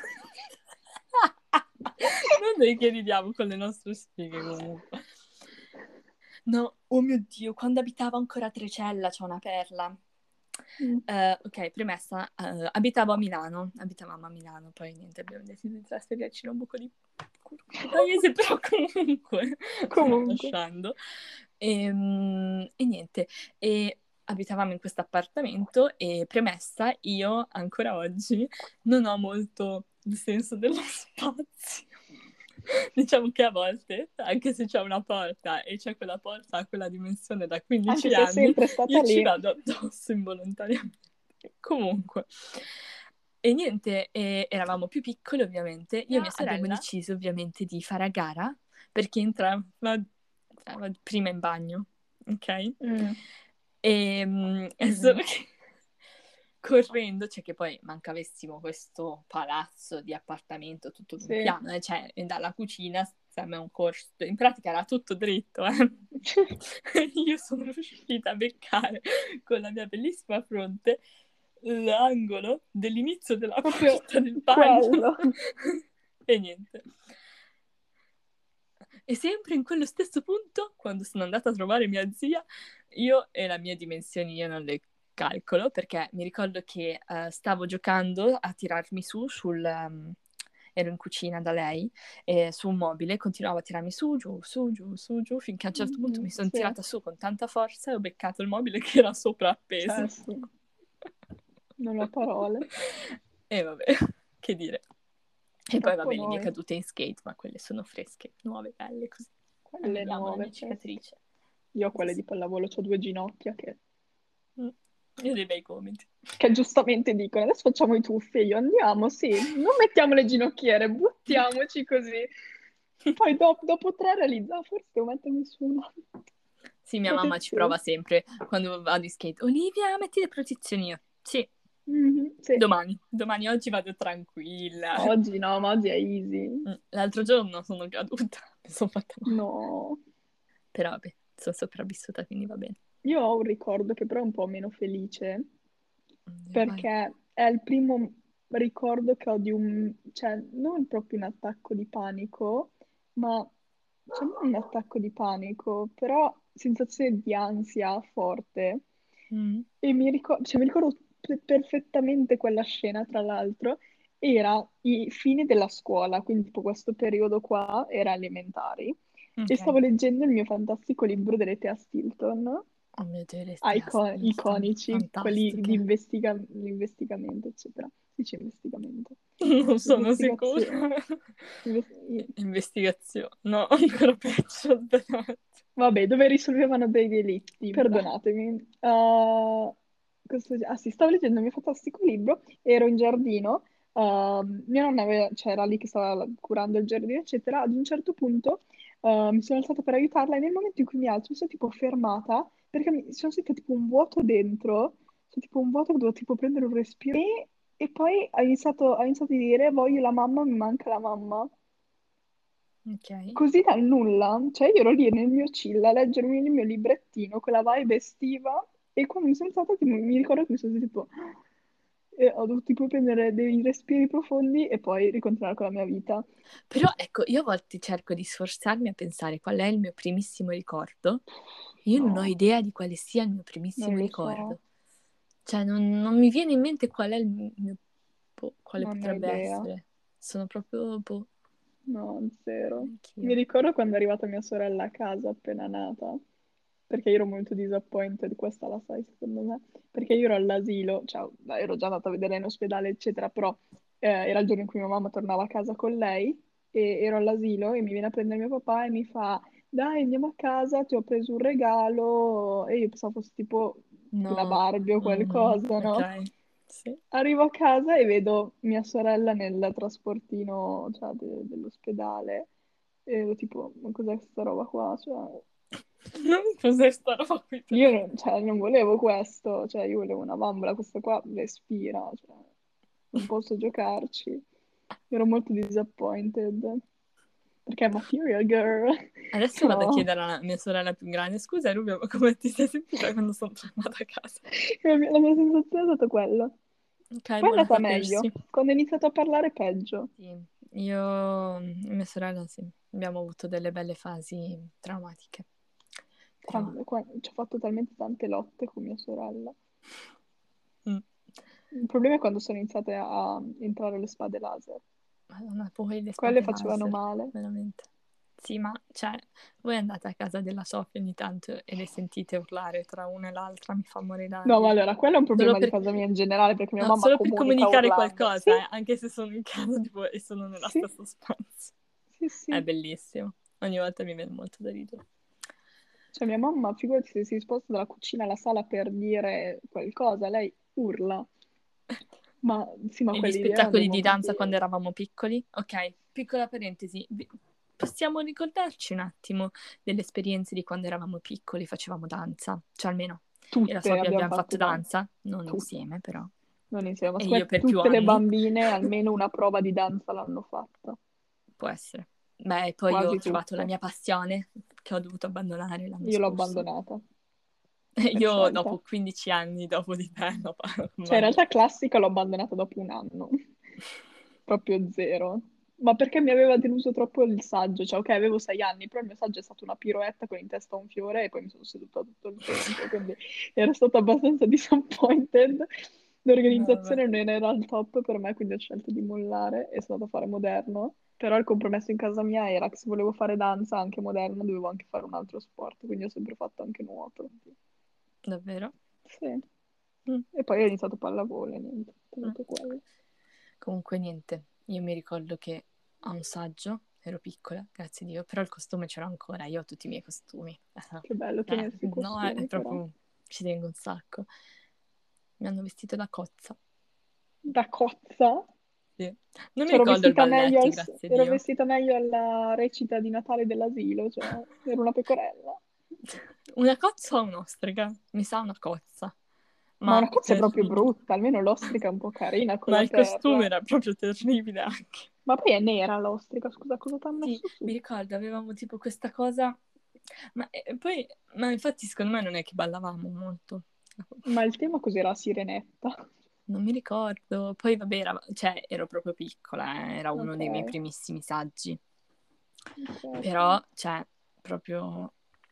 [SPEAKER 4] Non noi che ridiamo con le nostre sfighe comunque. No, oh mio Dio, quando abitavo ancora a Trecella, c'è una perla. Ok, premessa, abitavamo a Milano, poi niente, abbiamo deciso di trasferirci in un buco di paese, però comunque,
[SPEAKER 3] Comunque.
[SPEAKER 4] lasciando. E niente, e abitavamo in questo appartamento e premessa, io ancora oggi non ho molto il senso dello spazio. Diciamo che a volte, anche se c'è una porta e c'è quella porta a quella dimensione da 15
[SPEAKER 3] Anche se è
[SPEAKER 4] anni,
[SPEAKER 3] sempre stata
[SPEAKER 4] io ci
[SPEAKER 3] lì.
[SPEAKER 4] vado addosso involontariamente. Comunque. E niente, eravamo più piccoli ovviamente. Io e mia sorella abbiamo deciso ovviamente di fare a gara perché entrava prima in bagno, ok? È solo che correndo, cioè che poi manca avessimo questo palazzo di appartamento tutto d'un
[SPEAKER 3] Sì.
[SPEAKER 4] piano, cioè dalla cucina sembra un corso, in pratica era tutto dritto, Io sono riuscita a beccare con la mia bellissima fronte l'angolo dell'inizio della
[SPEAKER 3] Proprio
[SPEAKER 4] porta del bagno
[SPEAKER 3] quello.
[SPEAKER 4] e niente. E sempre in quello stesso punto, quando sono andata a trovare mia zia, io e le mie dimensioni io non le calcolo, perché mi ricordo che stavo giocando a tirarmi su ero in cucina da lei, su un mobile, continuavo a tirarmi su, giù, su, giù, su, giù, finché a un certo punto mi sono
[SPEAKER 3] Sì.
[SPEAKER 4] tirata su con tanta forza e ho beccato il mobile che era sopra appeso.
[SPEAKER 3] Cioè, sì. Non ho parole.
[SPEAKER 4] E vabbè, che dire. E poi vabbè, le mie
[SPEAKER 3] Noi.
[SPEAKER 4] cadute in skate, ma quelle sono fresche, nuove, belle, così.
[SPEAKER 3] Quelle
[SPEAKER 4] Vediamo la
[SPEAKER 3] nuove,
[SPEAKER 4] mia cicatrice.
[SPEAKER 3] Io ho quelle di pallavolo, ho 2 ginocchia
[SPEAKER 4] Io dei bei gomiti.
[SPEAKER 3] che giustamente dicono, adesso facciamo i tuffi e io andiamo, sì, non mettiamo le ginocchiere, buttiamoci così. Poi dopo 3 realizza, forse devo mettermi su una.
[SPEAKER 4] Sì, mia mamma ci prova sempre quando vado in skate. Olivia, metti le protezioni io. Sì.
[SPEAKER 3] Sì.
[SPEAKER 4] Domani oggi vado tranquilla.
[SPEAKER 3] Oggi no, ma oggi è easy.
[SPEAKER 4] L'altro giorno sono caduta, mi sono fatta male.
[SPEAKER 3] No.
[SPEAKER 4] Però vabbè, sono sopravvissuta, quindi va bene.
[SPEAKER 3] Io ho un ricordo che però è un po' meno felice,
[SPEAKER 4] Vai.
[SPEAKER 3] perché è il primo ricordo che ho cioè non proprio un attacco di panico, ma cioè non un attacco di panico, però sensazione di ansia forte. E mi ricordo perfettamente quella scena, tra l'altro, era i fine della scuola, quindi tipo questo periodo qua era elementari,
[SPEAKER 4] Ok.
[SPEAKER 3] e stavo leggendo il mio fantastico libro delle Thea Stilton,
[SPEAKER 4] Oh mio Dio, le
[SPEAKER 3] iconici, quelli di
[SPEAKER 4] fantastiche.
[SPEAKER 3] investigamento, eccetera. Si dice investigamente.
[SPEAKER 4] Non sono sicura. Investigazione. No, ancora peggio.
[SPEAKER 3] Vabbè, dove risolvevano dei delitti. Perdonatemi. Sì, stavo leggendo il mio fantastico libro, ero in giardino, mia nonna cioè, era lì che stava curando il giardino, eccetera. Ad un certo punto mi sono alzata per aiutarla e nel momento in cui mi alzo mi sono tipo fermata perché mi sono sentita tipo un vuoto dentro, cioè tipo un vuoto che dovevo tipo prendere un respiro e poi ha iniziato a dire voglio la mamma, mi manca la mamma.
[SPEAKER 4] Ok.
[SPEAKER 3] Così dal nulla, cioè io ero lì nel mio chill a leggermi il mio librettino, quella vibe estiva, e quando mi sono alzata mi ricordo che mi sono tipo, ho dovuto tipo prendere dei respiri profondi e poi ricontinuare con la mia vita.
[SPEAKER 4] Però ecco, io a volte cerco di sforzarmi a pensare qual è il mio primissimo ricordo. Io non ho
[SPEAKER 3] No,
[SPEAKER 4] idea di quale sia il mio
[SPEAKER 3] non
[SPEAKER 4] primissimo
[SPEAKER 3] lo
[SPEAKER 4] ricordo.
[SPEAKER 3] so,
[SPEAKER 4] Cioè, non mi viene in mente qual è il mio... quale
[SPEAKER 3] non ne ho
[SPEAKER 4] potrebbe
[SPEAKER 3] idea,
[SPEAKER 4] essere. Sono proprio...
[SPEAKER 3] no, zero. Mi
[SPEAKER 4] Anch'io.
[SPEAKER 3] ricordo quando è arrivata mia sorella a casa appena nata, perché io ero molto disappointed, questa la sai secondo me, perché io ero all'asilo, cioè ero già andata a vedere in ospedale eccetera, però era il giorno in cui mia mamma tornava a casa con lei e ero all'asilo e mi viene a prendere mio papà e mi fa dai andiamo a casa, ti ho preso un regalo e io pensavo fosse tipo una
[SPEAKER 4] No.
[SPEAKER 3] Barbie o qualcosa, no?
[SPEAKER 4] Ok. Sì.
[SPEAKER 3] Arrivo a casa e vedo mia sorella nel trasportino, cioè, dell'ospedale e ero tipo, ma cos'è questa roba qua? Cioè,
[SPEAKER 4] Non cos'è sta roba qui
[SPEAKER 3] io
[SPEAKER 4] però.
[SPEAKER 3] cioè, non volevo questo, cioè io volevo una bambola, questa qua respira, cioè, non posso giocarci. Ero molto disappointed, perché material girl,
[SPEAKER 4] Adesso vado a
[SPEAKER 3] però
[SPEAKER 4] chiedere alla mia sorella più grande, scusa Rubio, ma come ti sei sentita quando sono tornata a casa?
[SPEAKER 3] la mia sensazione è stata quella.
[SPEAKER 4] Ok,
[SPEAKER 3] Poi è
[SPEAKER 4] buona a
[SPEAKER 3] andata meglio,
[SPEAKER 4] sapersi.
[SPEAKER 3] quando ho iniziato a parlare peggio.
[SPEAKER 4] Sì, io e mia sorella sì, abbiamo avuto delle belle fasi traumatiche. Però,
[SPEAKER 3] Ci ho fatto talmente tante lotte con mia sorella.
[SPEAKER 4] mm,
[SPEAKER 3] Il problema è quando sono iniziate a entrare le spade laser.
[SPEAKER 4] Madonna, poi le
[SPEAKER 3] Quelle
[SPEAKER 4] spade
[SPEAKER 3] facevano
[SPEAKER 4] laser,
[SPEAKER 3] male.
[SPEAKER 4] veramente. Sì, ma cioè, voi andate a casa della Sofia ogni tanto e le sentite urlare tra una e l'altra, mi fa morire da
[SPEAKER 3] No, ma
[SPEAKER 4] ridere.
[SPEAKER 3] allora, quello è un
[SPEAKER 4] Solo
[SPEAKER 3] problema di
[SPEAKER 4] per,
[SPEAKER 3] casa mia in generale, perché mia
[SPEAKER 4] no,
[SPEAKER 3] mamma
[SPEAKER 4] solo per
[SPEAKER 3] comunica
[SPEAKER 4] comunicare
[SPEAKER 3] urlando. Sì,
[SPEAKER 4] qualcosa, anche se sono in casa tipo, e sono nella
[SPEAKER 3] sì,
[SPEAKER 4] stessa stanza.
[SPEAKER 3] sì,
[SPEAKER 4] È
[SPEAKER 3] sì.
[SPEAKER 4] bellissimo. Ogni volta mi viene molto da ridere.
[SPEAKER 3] Cioè, mia mamma, figurati se si sposta dalla cucina alla sala per dire qualcosa, lei urla. Ma sì, ma
[SPEAKER 4] E gli
[SPEAKER 3] quelli lì erano dei
[SPEAKER 4] spettacoli di
[SPEAKER 3] momenti.
[SPEAKER 4] danza quando eravamo piccoli? Ok, piccola parentesi. Possiamo ricordarci un attimo delle esperienze di quando eravamo piccoli, facevamo danza? Cioè almeno io e la
[SPEAKER 3] Tutte
[SPEAKER 4] Sofia
[SPEAKER 3] abbiamo
[SPEAKER 4] abbiamo
[SPEAKER 3] fatto
[SPEAKER 4] fatto
[SPEAKER 3] danza.
[SPEAKER 4] danza, non
[SPEAKER 3] Tutte.
[SPEAKER 4] insieme però,
[SPEAKER 3] Non insieme, ma
[SPEAKER 4] e
[SPEAKER 3] secondo
[SPEAKER 4] io
[SPEAKER 3] me
[SPEAKER 4] per più
[SPEAKER 3] tutte le
[SPEAKER 4] anni,
[SPEAKER 3] bambine almeno una prova di danza l'hanno fatta.
[SPEAKER 4] può essere. Beh, poi io ho
[SPEAKER 3] Quasi
[SPEAKER 4] trovato la
[SPEAKER 3] tutte.
[SPEAKER 4] mia passione che ho dovuto abbandonare l'anno
[SPEAKER 3] Io l'ho
[SPEAKER 4] scorso.
[SPEAKER 3] abbandonata per
[SPEAKER 4] Io
[SPEAKER 3] scelta.
[SPEAKER 4] dopo 15 anni dopo di te l'ho
[SPEAKER 3] Cioè, in
[SPEAKER 4] abbandonato.
[SPEAKER 3] realtà classica l'ho abbandonata dopo un anno. Proprio zero. Ma perché mi aveva deluso troppo il saggio? Cioè, ok, avevo 6 anni, però il mio saggio è stato una piroetta con in testa un fiore e poi mi sono seduta tutto il tempo, quindi ero stata abbastanza disappointed.
[SPEAKER 4] Vabbè.
[SPEAKER 3] L'organizzazione non era al top per me, quindi ho scelto di mollare e sono andata a fare moderno. Però il compromesso in casa mia era che se volevo fare danza anche moderna, dovevo anche fare un altro sport, quindi ho sempre fatto anche nuoto.
[SPEAKER 4] Davvero?
[SPEAKER 3] Sì.
[SPEAKER 4] Mm,
[SPEAKER 3] E poi ho iniziato pallavolo e niente, ho
[SPEAKER 4] mm.
[SPEAKER 3] tenuto quello.
[SPEAKER 4] Comunque niente, io mi ricordo che a un saggio, ero piccola, grazie a Dio, però il costume ce l'ho ancora, io ho tutti i miei costumi.
[SPEAKER 3] Che bello tenersi i
[SPEAKER 4] No, è
[SPEAKER 3] costumi, però.
[SPEAKER 4] proprio, ci tengo un sacco. Mi hanno vestito da cozza,
[SPEAKER 3] Da cozza?
[SPEAKER 4] sì. Non mi
[SPEAKER 3] Cioè, ero
[SPEAKER 4] ricordo il
[SPEAKER 3] vestita meglio,
[SPEAKER 4] balletto, grazie a
[SPEAKER 3] ero
[SPEAKER 4] Dio.
[SPEAKER 3] vestita meglio alla recita di Natale dell'asilo, cioè, ero una pecorella.
[SPEAKER 4] Una cozza o un'ostrega? Mi sa una cozza,
[SPEAKER 3] Ma
[SPEAKER 4] ma
[SPEAKER 3] una cozza è proprio
[SPEAKER 4] terribile.
[SPEAKER 3] brutta, almeno l'ostrica è un po' carina con
[SPEAKER 4] Ma
[SPEAKER 3] la
[SPEAKER 4] il costume
[SPEAKER 3] perla.
[SPEAKER 4] era proprio terribile anche.
[SPEAKER 3] Ma poi è nera l'ostrica, scusa, cosa ti hanno
[SPEAKER 4] Sì,
[SPEAKER 3] messo su?
[SPEAKER 4] mi ricordo, avevamo tipo questa cosa, ma poi, ma infatti secondo me non è che ballavamo molto.
[SPEAKER 3] Ma il tema cos'era? Sirenetta.
[SPEAKER 4] Non mi ricordo. Poi vabbè, cioè, ero proprio piccola, era uno
[SPEAKER 3] Ok,
[SPEAKER 4] dei miei primissimi saggi.
[SPEAKER 3] ok,
[SPEAKER 4] Però,
[SPEAKER 3] ok.
[SPEAKER 4] cioè, proprio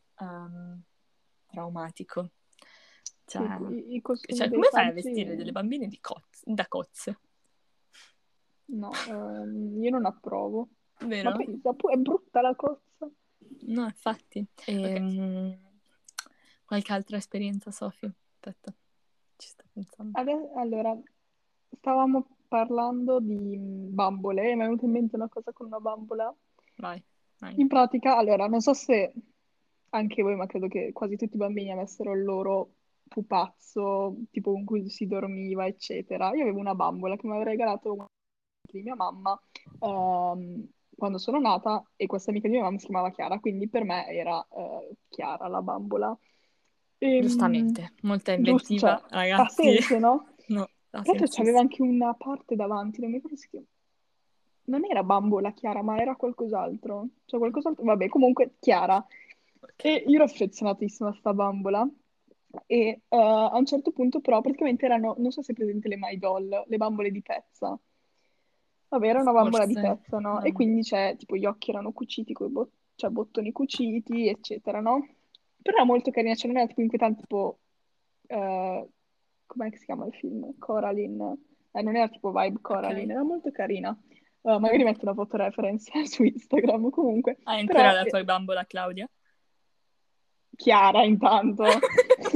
[SPEAKER 4] traumatico.
[SPEAKER 3] Sì,
[SPEAKER 4] Cioè,
[SPEAKER 3] i costumi
[SPEAKER 4] cioè,
[SPEAKER 3] dei
[SPEAKER 4] come fai a vestire
[SPEAKER 3] saggi,
[SPEAKER 4] delle bambine da cozze?
[SPEAKER 3] no, io non approvo. Ma
[SPEAKER 4] Vero?
[SPEAKER 3] poi è brutta la cozza.
[SPEAKER 4] No, infatti.
[SPEAKER 3] Ok.
[SPEAKER 4] Qualche altra esperienza, Sofì? Aspetta, ci sto pensando.
[SPEAKER 3] Allora, stavamo parlando di bambole, e mi è venuta in mente una cosa con una bambola.
[SPEAKER 4] Vai, vai.
[SPEAKER 3] In pratica, allora, non so se anche voi, ma credo che quasi tutti i bambini avessero il loro pupazzo, tipo con cui si dormiva, eccetera. Io avevo una bambola che mi aveva regalato di mia mamma quando sono nata e questa amica di mia mamma si chiamava Chiara, quindi per me era Chiara la bambola.
[SPEAKER 4] Giustamente, molta
[SPEAKER 3] Giusto, cioè,
[SPEAKER 4] inventiva,
[SPEAKER 3] ha
[SPEAKER 4] ragazzi.
[SPEAKER 3] senso, no?
[SPEAKER 4] No, ha
[SPEAKER 3] Tra l'altro
[SPEAKER 4] sensissimo.
[SPEAKER 3] c'aveva anche una parte davanti, non mi ricordo se si chiama. Non era bambola Chiara, ma era qualcos'altro. Cioè qualcos'altro, vabbè, comunque Chiara.
[SPEAKER 4] Ok.
[SPEAKER 3] E io ero affezionatissima a sta bambola. E a un certo punto però praticamente erano, non so se è presente le My Doll, le bambole di pezza. Vabbè, era una bambola di
[SPEAKER 4] Forse,
[SPEAKER 3] pezza, no? E
[SPEAKER 4] no.
[SPEAKER 3] quindi c'è, tipo, gli occhi erano cuciti, cioè bottoni cuciti, eccetera, no? Però era molto carina, cioè non era tipo inquietante, tipo, com'è che si chiama il film? Coraline. Non era tipo vibe Coraline,
[SPEAKER 4] Ok.
[SPEAKER 3] era molto carina. Magari metto una foto reference su Instagram, comunque.
[SPEAKER 4] Hai ancora
[SPEAKER 3] Però
[SPEAKER 4] la tua bambola, Claudia?
[SPEAKER 3] Chiara, intanto.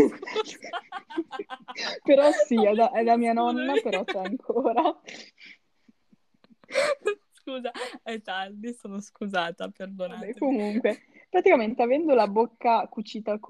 [SPEAKER 3] Però sì,
[SPEAKER 4] Ho
[SPEAKER 3] è da mia nonna,
[SPEAKER 4] scusami.
[SPEAKER 3] però c'è ancora.
[SPEAKER 4] Scusa, è tardi, sono scusata,
[SPEAKER 3] Vabbè,
[SPEAKER 4] perdonatemi.
[SPEAKER 3] comunque, praticamente avendo la bocca cucita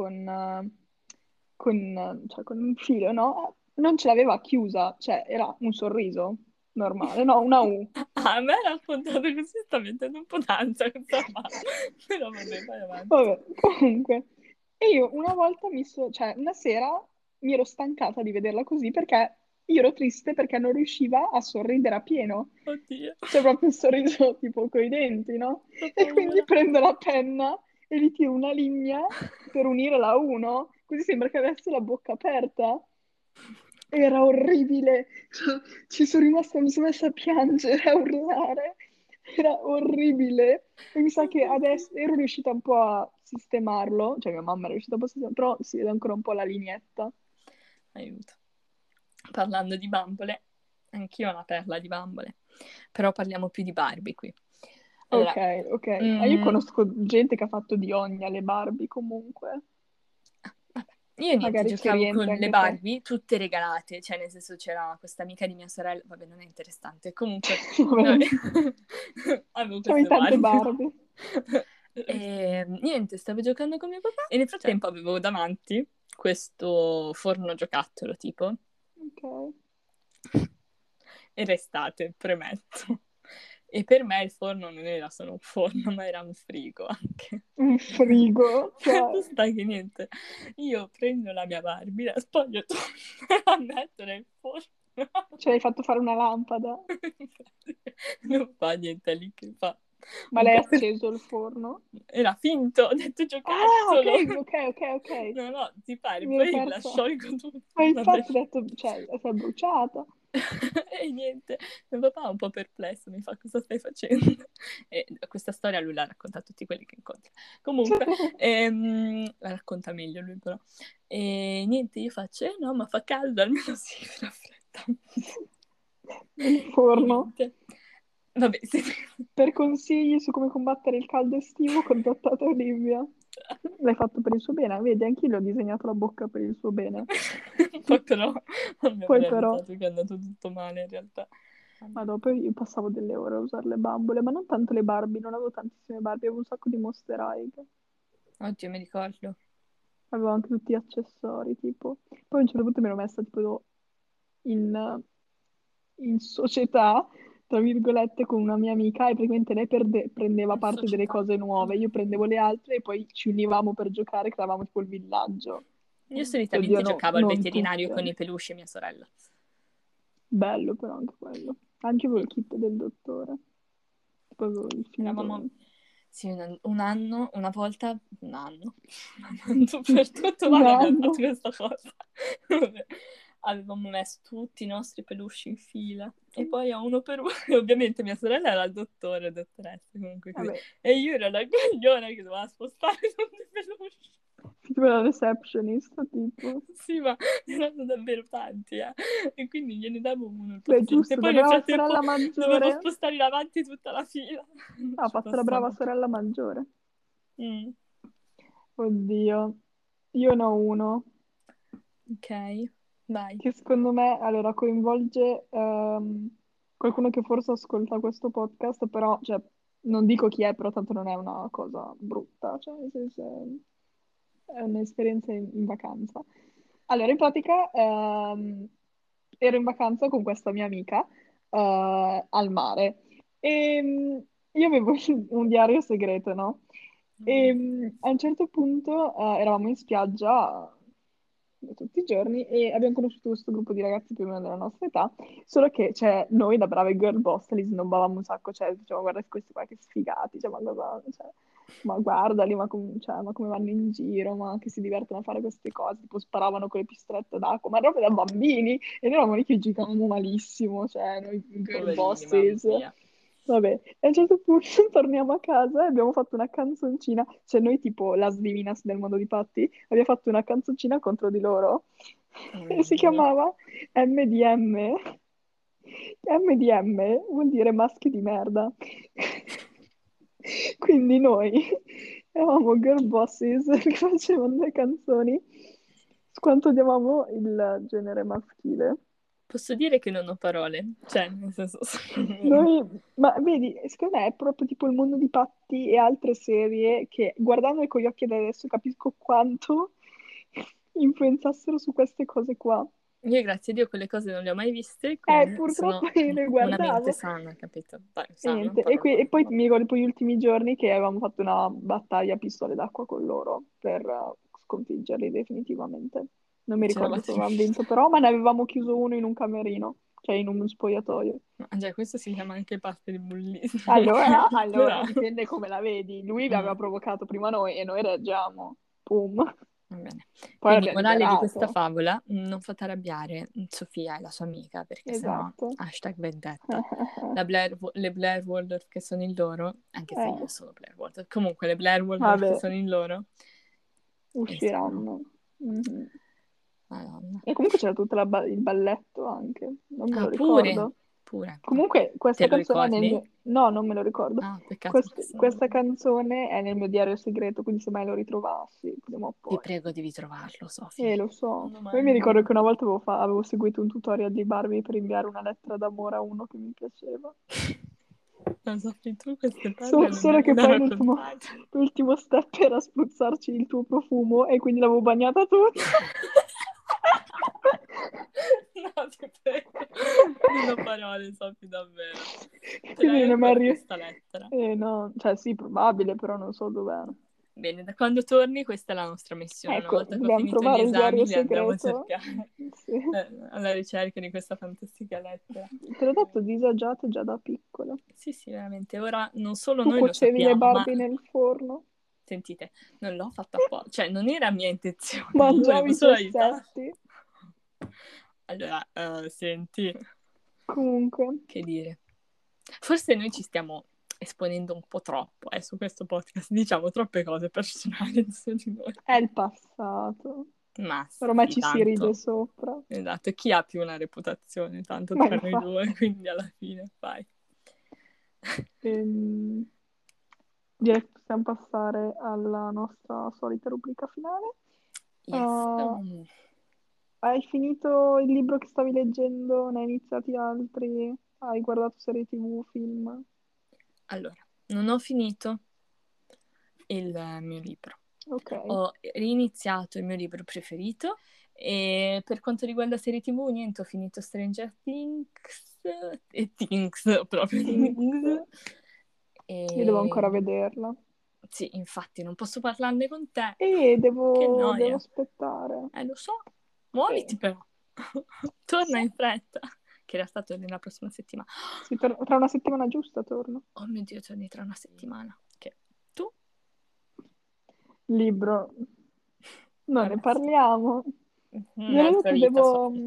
[SPEAKER 3] cioè, con un filo, no? Non ce l'aveva chiusa, cioè era un sorriso normale, no? Una U.
[SPEAKER 4] Ah, a me l'ha raccontato così, sta mettendo un po' d'ansia questa qua. Però vabbè, vai avanti.
[SPEAKER 3] Vabbè, comunque. E io una volta cioè una sera mi ero stancata di vederla così perché io ero triste perché non riusciva a sorridere a pieno.
[SPEAKER 4] Oddio,
[SPEAKER 3] C'è proprio il sorriso tipo coi denti, no?
[SPEAKER 4] ho
[SPEAKER 3] E quindi
[SPEAKER 4] paura.
[SPEAKER 3] prendo la penna e gli tiro una linea per unire la 1, così sembra che avesse la bocca aperta. Era orribile, cioè, ci sono rimasta, mi sono messa a piangere, a urlare, era orribile. E mi sa
[SPEAKER 4] Oh
[SPEAKER 3] che
[SPEAKER 4] mio Dio.
[SPEAKER 3] adesso ero riuscita un po' a sistemarlo, cioè mia mamma è riuscita un po' a sistemarlo, però si vede ancora un po' la lineetta.
[SPEAKER 4] Aiuto. Parlando di bambole, anch'io ho una perla di bambole, però parliamo più di Barbie qui.
[SPEAKER 3] Ok,
[SPEAKER 4] Allora,
[SPEAKER 3] ok. Ma io
[SPEAKER 4] mm,
[SPEAKER 3] conosco gente che ha fatto di ogni alle Barbie comunque.
[SPEAKER 4] vabbè, io niente,
[SPEAKER 3] Magari ci
[SPEAKER 4] giocavo con
[SPEAKER 3] rientri
[SPEAKER 4] le
[SPEAKER 3] anche te.
[SPEAKER 4] Barbie, tutte regalate, cioè nel senso c'era questa amica di mia sorella, vabbè non è interessante, comunque noi
[SPEAKER 3] Vabbè,
[SPEAKER 4] avevo
[SPEAKER 3] c'avevi
[SPEAKER 4] queste
[SPEAKER 3] tante
[SPEAKER 4] Barbie.
[SPEAKER 3] Barbie.
[SPEAKER 4] E niente, stavo giocando con mio papà e nel frattempo avevo davanti questo forno giocattolo tipo.
[SPEAKER 3] Ok.
[SPEAKER 4] Era estate, premetto. E per me il forno non era solo un forno, ma era un frigo anche.
[SPEAKER 3] Un frigo,
[SPEAKER 4] Tu
[SPEAKER 3] cioè,
[SPEAKER 4] stai che niente. Io prendo la mia Barbie, la spoglio tutta e la metto nel forno.
[SPEAKER 3] ci hai fatto fare una lampada.
[SPEAKER 4] Non fa niente è lì che fa
[SPEAKER 3] Ma
[SPEAKER 4] un
[SPEAKER 3] l'hai
[SPEAKER 4] po' per...
[SPEAKER 3] acceso il forno?
[SPEAKER 4] Era finto, ho detto
[SPEAKER 3] Ah, ok,
[SPEAKER 4] giocattolo.
[SPEAKER 3] ok, ok, ok.
[SPEAKER 4] No, no, ti pare,
[SPEAKER 3] Mi ero
[SPEAKER 4] poi la
[SPEAKER 3] persa.
[SPEAKER 4] sciolgo tutto.
[SPEAKER 3] Ma
[SPEAKER 4] Vabbè.
[SPEAKER 3] infatti ho detto, cioè, si è bruciata.
[SPEAKER 4] E niente, mio papà è un po' perplesso, mi fa cosa stai facendo? E questa storia lui la racconta a tutti quelli che incontra. Comunque, la racconta meglio lui però. E niente, io faccio, no, ma fa caldo, almeno si raffredda un po'.
[SPEAKER 3] Nel
[SPEAKER 4] E
[SPEAKER 3] forno.
[SPEAKER 4] niente. Vabbè, sì.
[SPEAKER 3] Per consigli su come combattere il caldo estivo, contattate Olivia. L'hai fatto per il suo bene, vedi, anche io le ho disegnato la bocca per il suo bene.
[SPEAKER 4] Poi però non mi
[SPEAKER 3] Poi
[SPEAKER 4] avrei
[SPEAKER 3] però,
[SPEAKER 4] notato che è andato tutto male in realtà.
[SPEAKER 3] ma dopo io passavo delle ore a usare le bambole, ma non tanto le Barbie, non avevo tantissime Barbie, avevo un sacco di Monster High.
[SPEAKER 4] Oddio, mi ricordo.
[SPEAKER 3] Avevo anche tutti gli accessori, tipo. Poi a un certo punto mi ero messa tipo in, in società, tra virgolette, con una mia amica e praticamente lei prendeva
[SPEAKER 4] In
[SPEAKER 3] parte delle
[SPEAKER 4] società.
[SPEAKER 3] cose nuove, io prendevo le altre e poi ci univamo per giocare, creavamo tipo il villaggio.
[SPEAKER 4] Io
[SPEAKER 3] Che oddio,
[SPEAKER 4] solitamente giocavo al
[SPEAKER 3] non
[SPEAKER 4] veterinario con
[SPEAKER 3] tutte.
[SPEAKER 4] i peluche e mia sorella.
[SPEAKER 3] Bello però anche quello. Anche avevo il kit del dottore. Poi avevo il
[SPEAKER 4] Eravamo,
[SPEAKER 3] finto.
[SPEAKER 4] sì, un anno, una volta, un anno, per tutto
[SPEAKER 3] Un
[SPEAKER 4] l'anno abbiamo fatto
[SPEAKER 3] anno.
[SPEAKER 4] questa cosa. Vabbè. Avevamo messo tutti i nostri peluche in fila e poi a uno per uno, e ovviamente mia sorella era il dottore, dottoressa, comunque così.
[SPEAKER 3] Vabbè,
[SPEAKER 4] E io ero la cogliona che doveva spostare tutti i peluche.
[SPEAKER 3] tipo la receptionist, tipo.
[SPEAKER 4] Sì, ma erano davvero tanti, eh. E quindi gliene davo uno il
[SPEAKER 3] Beh,
[SPEAKER 4] paziente.
[SPEAKER 3] giusto, da
[SPEAKER 4] Poi nel
[SPEAKER 3] brava
[SPEAKER 4] frattempo
[SPEAKER 3] sorella
[SPEAKER 4] dovevo
[SPEAKER 3] maggiore.
[SPEAKER 4] spostare in avanti tutta la fila. Non
[SPEAKER 3] Ha
[SPEAKER 4] ci
[SPEAKER 3] fatto la brava
[SPEAKER 4] passavo più.
[SPEAKER 3] sorella maggiore.
[SPEAKER 4] Mm,
[SPEAKER 3] Oddio, io ne ho uno
[SPEAKER 4] ok, vai.
[SPEAKER 3] che secondo me, allora, coinvolge qualcuno che forse ascolta questo podcast, però, cioè, non dico chi è, però tanto non è una cosa brutta, cioè, nel senso, è un'esperienza in vacanza. Allora, in pratica, ero in vacanza con questa mia amica al mare. E io avevo un diario segreto, no? E a un certo punto eravamo in spiaggia tutti i giorni e abbiamo conosciuto questo gruppo di ragazzi più o meno della nostra età, solo che cioè, noi da brave girl boss li snobbavamo un sacco, cioè dicevamo guarda questi qua che sfigati, cioè, ma cosa, cioè, ma guardali, cioè, ma come vanno in giro, ma che si divertono a fare queste cose, tipo sparavano con le pistolette d'acqua, ma proprio da bambini, e noi eravamo lì che giocavamo malissimo, cioè noi girl
[SPEAKER 4] Poverini, mamma
[SPEAKER 3] bosses.
[SPEAKER 4] mia.
[SPEAKER 3] Vabbè, e a un certo punto torniamo a casa e abbiamo fatto una canzoncina, cioè noi tipo Las Divinas del mondo di Patti, abbiamo fatto una canzoncina contro di loro e si
[SPEAKER 4] Poverini.
[SPEAKER 3] chiamava MDM. MDM vuol dire maschi di merda. Quindi noi eravamo girl bosses che facevano le canzoni su quanto odiavamo il genere maschile.
[SPEAKER 4] Posso dire che non ho parole, cioè, nel senso...
[SPEAKER 3] Noi, ma vedi, secondo me è proprio tipo il mondo di Patti e altre serie che guardandole con gli occhi da adesso capisco quanto influenzassero su queste cose qua.
[SPEAKER 4] Io, grazie a Dio, quelle cose non le ho mai viste, quindi
[SPEAKER 3] Purtroppo
[SPEAKER 4] sono
[SPEAKER 3] io le
[SPEAKER 4] una mente
[SPEAKER 3] guardavo.
[SPEAKER 4] sana, capito? Dai,
[SPEAKER 3] E
[SPEAKER 4] sana,
[SPEAKER 3] niente. E,
[SPEAKER 4] parola.
[SPEAKER 3] e poi mi ricordo poi gli ultimi giorni che avevamo fatto una battaglia a pistole d'acqua con loro per sconfiggerli definitivamente. Non mi
[SPEAKER 4] Ce
[SPEAKER 3] ricordo
[SPEAKER 4] l'avete
[SPEAKER 3] se avevamo
[SPEAKER 4] riuscito.
[SPEAKER 3] vinto però, ma ne avevamo chiuso uno in un camerino, cioè in un spogliatoio.
[SPEAKER 4] Ma già, questo si chiama anche parte di bullismo.
[SPEAKER 3] Allora,
[SPEAKER 4] Però...
[SPEAKER 3] dipende come la vedi. Lui aveva
[SPEAKER 4] Mm,
[SPEAKER 3] provocato prima noi e noi reagiamo. Boom.
[SPEAKER 4] va bene.
[SPEAKER 3] Poi
[SPEAKER 4] Quindi,
[SPEAKER 3] l'abbiamo
[SPEAKER 4] morale di questa
[SPEAKER 3] liberato.
[SPEAKER 4] favola, non fate arrabbiare Sofia e la sua amica, perché sennò
[SPEAKER 3] Esatto.
[SPEAKER 4] hashtag vendetta. Le Blair Waldorf che sono in loro, anche se io sono Blair Waldorf, comunque le Blair Waldorf che
[SPEAKER 3] Vabbè,
[SPEAKER 4] sono in loro, escono.
[SPEAKER 3] usciranno. Mhm.
[SPEAKER 4] Madonna.
[SPEAKER 3] E comunque c'era tutto il balletto anche, non me
[SPEAKER 4] Ah,
[SPEAKER 3] lo
[SPEAKER 4] pure,
[SPEAKER 3] ricordo.
[SPEAKER 4] pure.
[SPEAKER 3] Comunque questa
[SPEAKER 4] Te lo
[SPEAKER 3] canzone è nel
[SPEAKER 4] ricordi?
[SPEAKER 3] mio... No, non me lo ricordo.
[SPEAKER 4] Ah, peccato.
[SPEAKER 3] Questa canzone è nel mio diario segreto, quindi se mai lo ritrovassi, prima o
[SPEAKER 4] Ti
[SPEAKER 3] poi.
[SPEAKER 4] prego, devi trovarlo, Sofia.
[SPEAKER 3] Lo so.
[SPEAKER 4] Non ho
[SPEAKER 3] Poi
[SPEAKER 4] mai
[SPEAKER 3] mi ricordo che
[SPEAKER 4] modo.
[SPEAKER 3] una volta avevo seguito un tutorial di Barbie per inviare una lettera d'amore a uno che mi piaceva.
[SPEAKER 4] Non Sofia, tu queste parole non me
[SPEAKER 3] Solo
[SPEAKER 4] le
[SPEAKER 3] che
[SPEAKER 4] hai
[SPEAKER 3] poi
[SPEAKER 4] raccontate.
[SPEAKER 3] l'ultimo step era spruzzarci il tuo profumo e quindi l'avevo bagnata tutta.
[SPEAKER 4] No, ti prego. Non ho parole, Sofia, davvero. Ce
[SPEAKER 3] Quindi
[SPEAKER 4] l'hai
[SPEAKER 3] non è mai
[SPEAKER 4] ancora questa lettera?
[SPEAKER 3] no, cioè sì, probabile, però non so dov'è.
[SPEAKER 4] Bene, da quando torni questa è la nostra missione. Una
[SPEAKER 3] Ecco,
[SPEAKER 4] volta che ho
[SPEAKER 3] dobbiamo
[SPEAKER 4] finito gli
[SPEAKER 3] trovare il diario
[SPEAKER 4] esami, li andiamo a
[SPEAKER 3] segreto.
[SPEAKER 4] cercare
[SPEAKER 3] Sì.
[SPEAKER 4] alla ricerca di questa fantastica lettera.
[SPEAKER 3] Te l'ho detto, disagiate già da piccola.
[SPEAKER 4] Sì, sì, veramente. Ora non solo
[SPEAKER 3] Tu
[SPEAKER 4] noi lo
[SPEAKER 3] cuocevi le
[SPEAKER 4] sappiamo, ma
[SPEAKER 3] Barbie nel forno,
[SPEAKER 4] sentite, non l'ho fatto apposta, cioè non era mia intenzione, io
[SPEAKER 3] mangiavi
[SPEAKER 4] volevo
[SPEAKER 3] i
[SPEAKER 4] solo aiutare.
[SPEAKER 3] pezzetti.
[SPEAKER 4] Allora, senti,
[SPEAKER 3] Comunque,
[SPEAKER 4] che dire. Forse noi ci stiamo esponendo un po' troppo, su questo podcast. Diciamo troppe cose personali su di noi.
[SPEAKER 3] è il passato.
[SPEAKER 4] Ma
[SPEAKER 3] Ormai
[SPEAKER 4] sì,
[SPEAKER 3] ci si ride
[SPEAKER 4] tanto.
[SPEAKER 3] sopra.
[SPEAKER 4] Esatto, chi ha più una reputazione, tanto
[SPEAKER 3] Ma
[SPEAKER 4] tra noi
[SPEAKER 3] infatti.
[SPEAKER 4] due, quindi alla fine, vai.
[SPEAKER 3] Direi che possiamo passare alla nostra solita rubrica finale.
[SPEAKER 4] Yes.
[SPEAKER 3] Hai finito il libro che stavi leggendo? Ne hai iniziati altri? Hai guardato serie TV, film?
[SPEAKER 4] Allora, non ho finito il mio libro.
[SPEAKER 3] Ok.
[SPEAKER 4] Ho riniziato il mio libro preferito e per quanto riguarda serie TV, niente, ho finito Stranger Things e Things, proprio Things.
[SPEAKER 3] Io devo ancora
[SPEAKER 4] E...
[SPEAKER 3] vederla.
[SPEAKER 4] Sì, infatti, non posso parlarne con te. Che
[SPEAKER 3] Devo
[SPEAKER 4] noia.
[SPEAKER 3] aspettare.
[SPEAKER 4] Lo so, muoviti però. Torna
[SPEAKER 3] Sì.
[SPEAKER 4] in fretta, che in realtà torni la prossima settimana.
[SPEAKER 3] Sì, tra una settimana giusta torno.
[SPEAKER 4] Oh mio Dio, torni tra una settimana. Che tu?
[SPEAKER 3] Libro. Non ne
[SPEAKER 4] Vabbè,
[SPEAKER 3] parliamo. Mi ero
[SPEAKER 4] un'altra
[SPEAKER 3] detto,
[SPEAKER 4] vita, Sofia.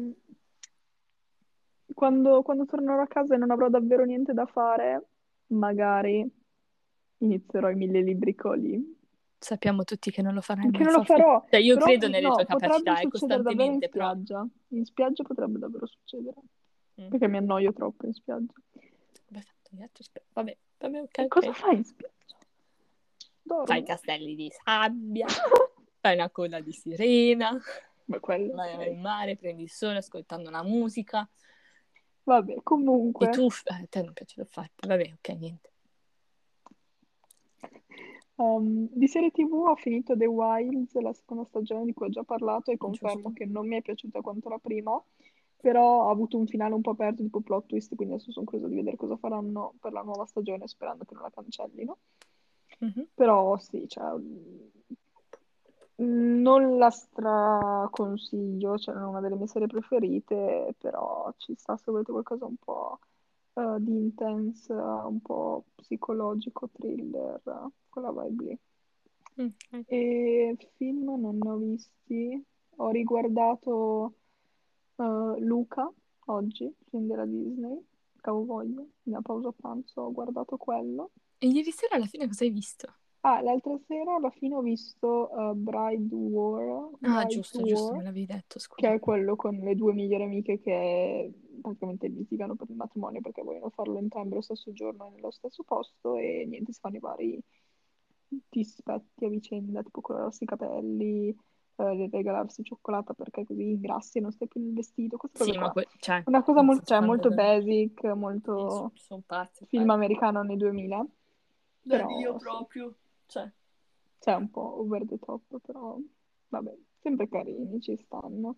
[SPEAKER 3] quando tornerò a casa e non avrò davvero niente da fare, magari inizierò i 1000 libricoli.
[SPEAKER 4] Sappiamo tutti che non lo farai
[SPEAKER 3] Che
[SPEAKER 4] mai,
[SPEAKER 3] non lo
[SPEAKER 4] Sofia.
[SPEAKER 3] farò,
[SPEAKER 4] Cioè, io
[SPEAKER 3] però
[SPEAKER 4] credo nelle tue
[SPEAKER 3] no, potrebbe
[SPEAKER 4] capacità,
[SPEAKER 3] succedere davvero in
[SPEAKER 4] costantemente, però...
[SPEAKER 3] spiaggia. In spiaggia potrebbe davvero succedere.
[SPEAKER 4] Mm.
[SPEAKER 3] Perché mi annoio troppo in spiaggia.
[SPEAKER 4] Vabbè, ok,
[SPEAKER 3] E cosa fai in spiaggia?
[SPEAKER 4] Fai
[SPEAKER 3] Dormi.
[SPEAKER 4] castelli di sabbia, fai una coda di sirena,
[SPEAKER 3] Ma quello,
[SPEAKER 4] vai al
[SPEAKER 3] ok.
[SPEAKER 4] mare, prendi il sole ascoltando la musica.
[SPEAKER 3] Vabbè, comunque.
[SPEAKER 4] E tu, a te non piace fare. Vabbè, ok, niente.
[SPEAKER 3] Di serie TV ho finito The Wilds, la seconda stagione di cui ho già parlato e confermo
[SPEAKER 4] Giusto.
[SPEAKER 3] che non mi è piaciuta quanto la prima. però ha avuto un finale un po' aperto, tipo plot twist, quindi adesso sono curiosa di vedere cosa faranno per la nuova stagione, sperando che non la cancellino.
[SPEAKER 4] Mhm.
[SPEAKER 3] Però sì, cioè, non la straconsiglio, cioè non è una delle mie serie preferite, però ci sta se volete qualcosa un po' di intense, un po' psicologico, thriller, quella vibe lì.
[SPEAKER 4] Ok.
[SPEAKER 3] E film non ne ho visti. Ho riguardato Luca oggi, film della Disney, che avevo voglia, nella pausa pranzo ho guardato quello.
[SPEAKER 4] E ieri sera alla fine cosa hai visto?
[SPEAKER 3] Ah, l'altra sera alla fine ho visto
[SPEAKER 4] Ah,
[SPEAKER 3] Bride to
[SPEAKER 4] giusto,
[SPEAKER 3] War,
[SPEAKER 4] me l'avevi detto,
[SPEAKER 3] che
[SPEAKER 4] scusa.
[SPEAKER 3] è quello con le due migliori amiche che praticamente litigano per il matrimonio perché vogliono farlo entrambe lo stesso giorno e nello stesso posto e niente, si fanno i vari dispetti a vicenda, tipo colorarsi i capelli, regalarsi cioccolata perché così ingrassi e non stai più nel vestito, queste cose
[SPEAKER 4] Sì, ma
[SPEAKER 3] qua.
[SPEAKER 4] cioè,
[SPEAKER 3] Una cosa
[SPEAKER 4] nel senso,
[SPEAKER 3] cioè,
[SPEAKER 4] fanno
[SPEAKER 3] molto
[SPEAKER 4] da...
[SPEAKER 3] basic,
[SPEAKER 4] Sì,
[SPEAKER 3] molto
[SPEAKER 4] sono pazzi,
[SPEAKER 3] film americano anni 2000,
[SPEAKER 4] da Dio
[SPEAKER 3] però sì,
[SPEAKER 4] proprio. Cioè,
[SPEAKER 3] c'è un po' over the top, però vabbè, sempre carini, ci stanno.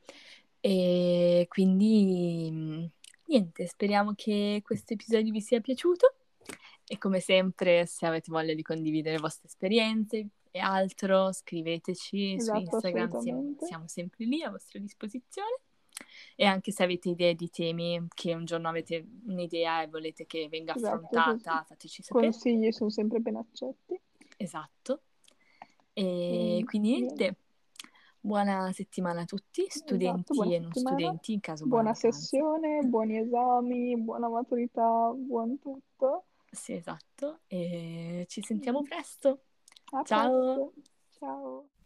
[SPEAKER 4] e quindi niente, speriamo che questo episodio vi sia piaciuto e come sempre, se avete voglia di condividere le vostre esperienze e altro, scriveteci su
[SPEAKER 3] Esatto,
[SPEAKER 4] Instagram,
[SPEAKER 3] assolutamente.
[SPEAKER 4] siamo sempre lì a vostra disposizione. E anche se avete idee di temi, che un giorno avete un'idea e volete che venga
[SPEAKER 3] Esatto,
[SPEAKER 4] affrontata, fateci sapere.
[SPEAKER 3] consigli sono sempre ben accetti.
[SPEAKER 4] Esatto. E
[SPEAKER 3] E
[SPEAKER 4] quindi
[SPEAKER 3] niente.
[SPEAKER 4] niente, buona settimana a tutti,
[SPEAKER 3] Esatto, buona
[SPEAKER 4] studenti e non
[SPEAKER 3] settimana,
[SPEAKER 4] studenti, in caso buona
[SPEAKER 3] buona
[SPEAKER 4] vacanza.
[SPEAKER 3] sessione, buoni esami, buona maturità, buon tutto.
[SPEAKER 4] Sì, esatto. E ci sentiamo presto.
[SPEAKER 3] A
[SPEAKER 4] Ciao!
[SPEAKER 3] presto, ciao.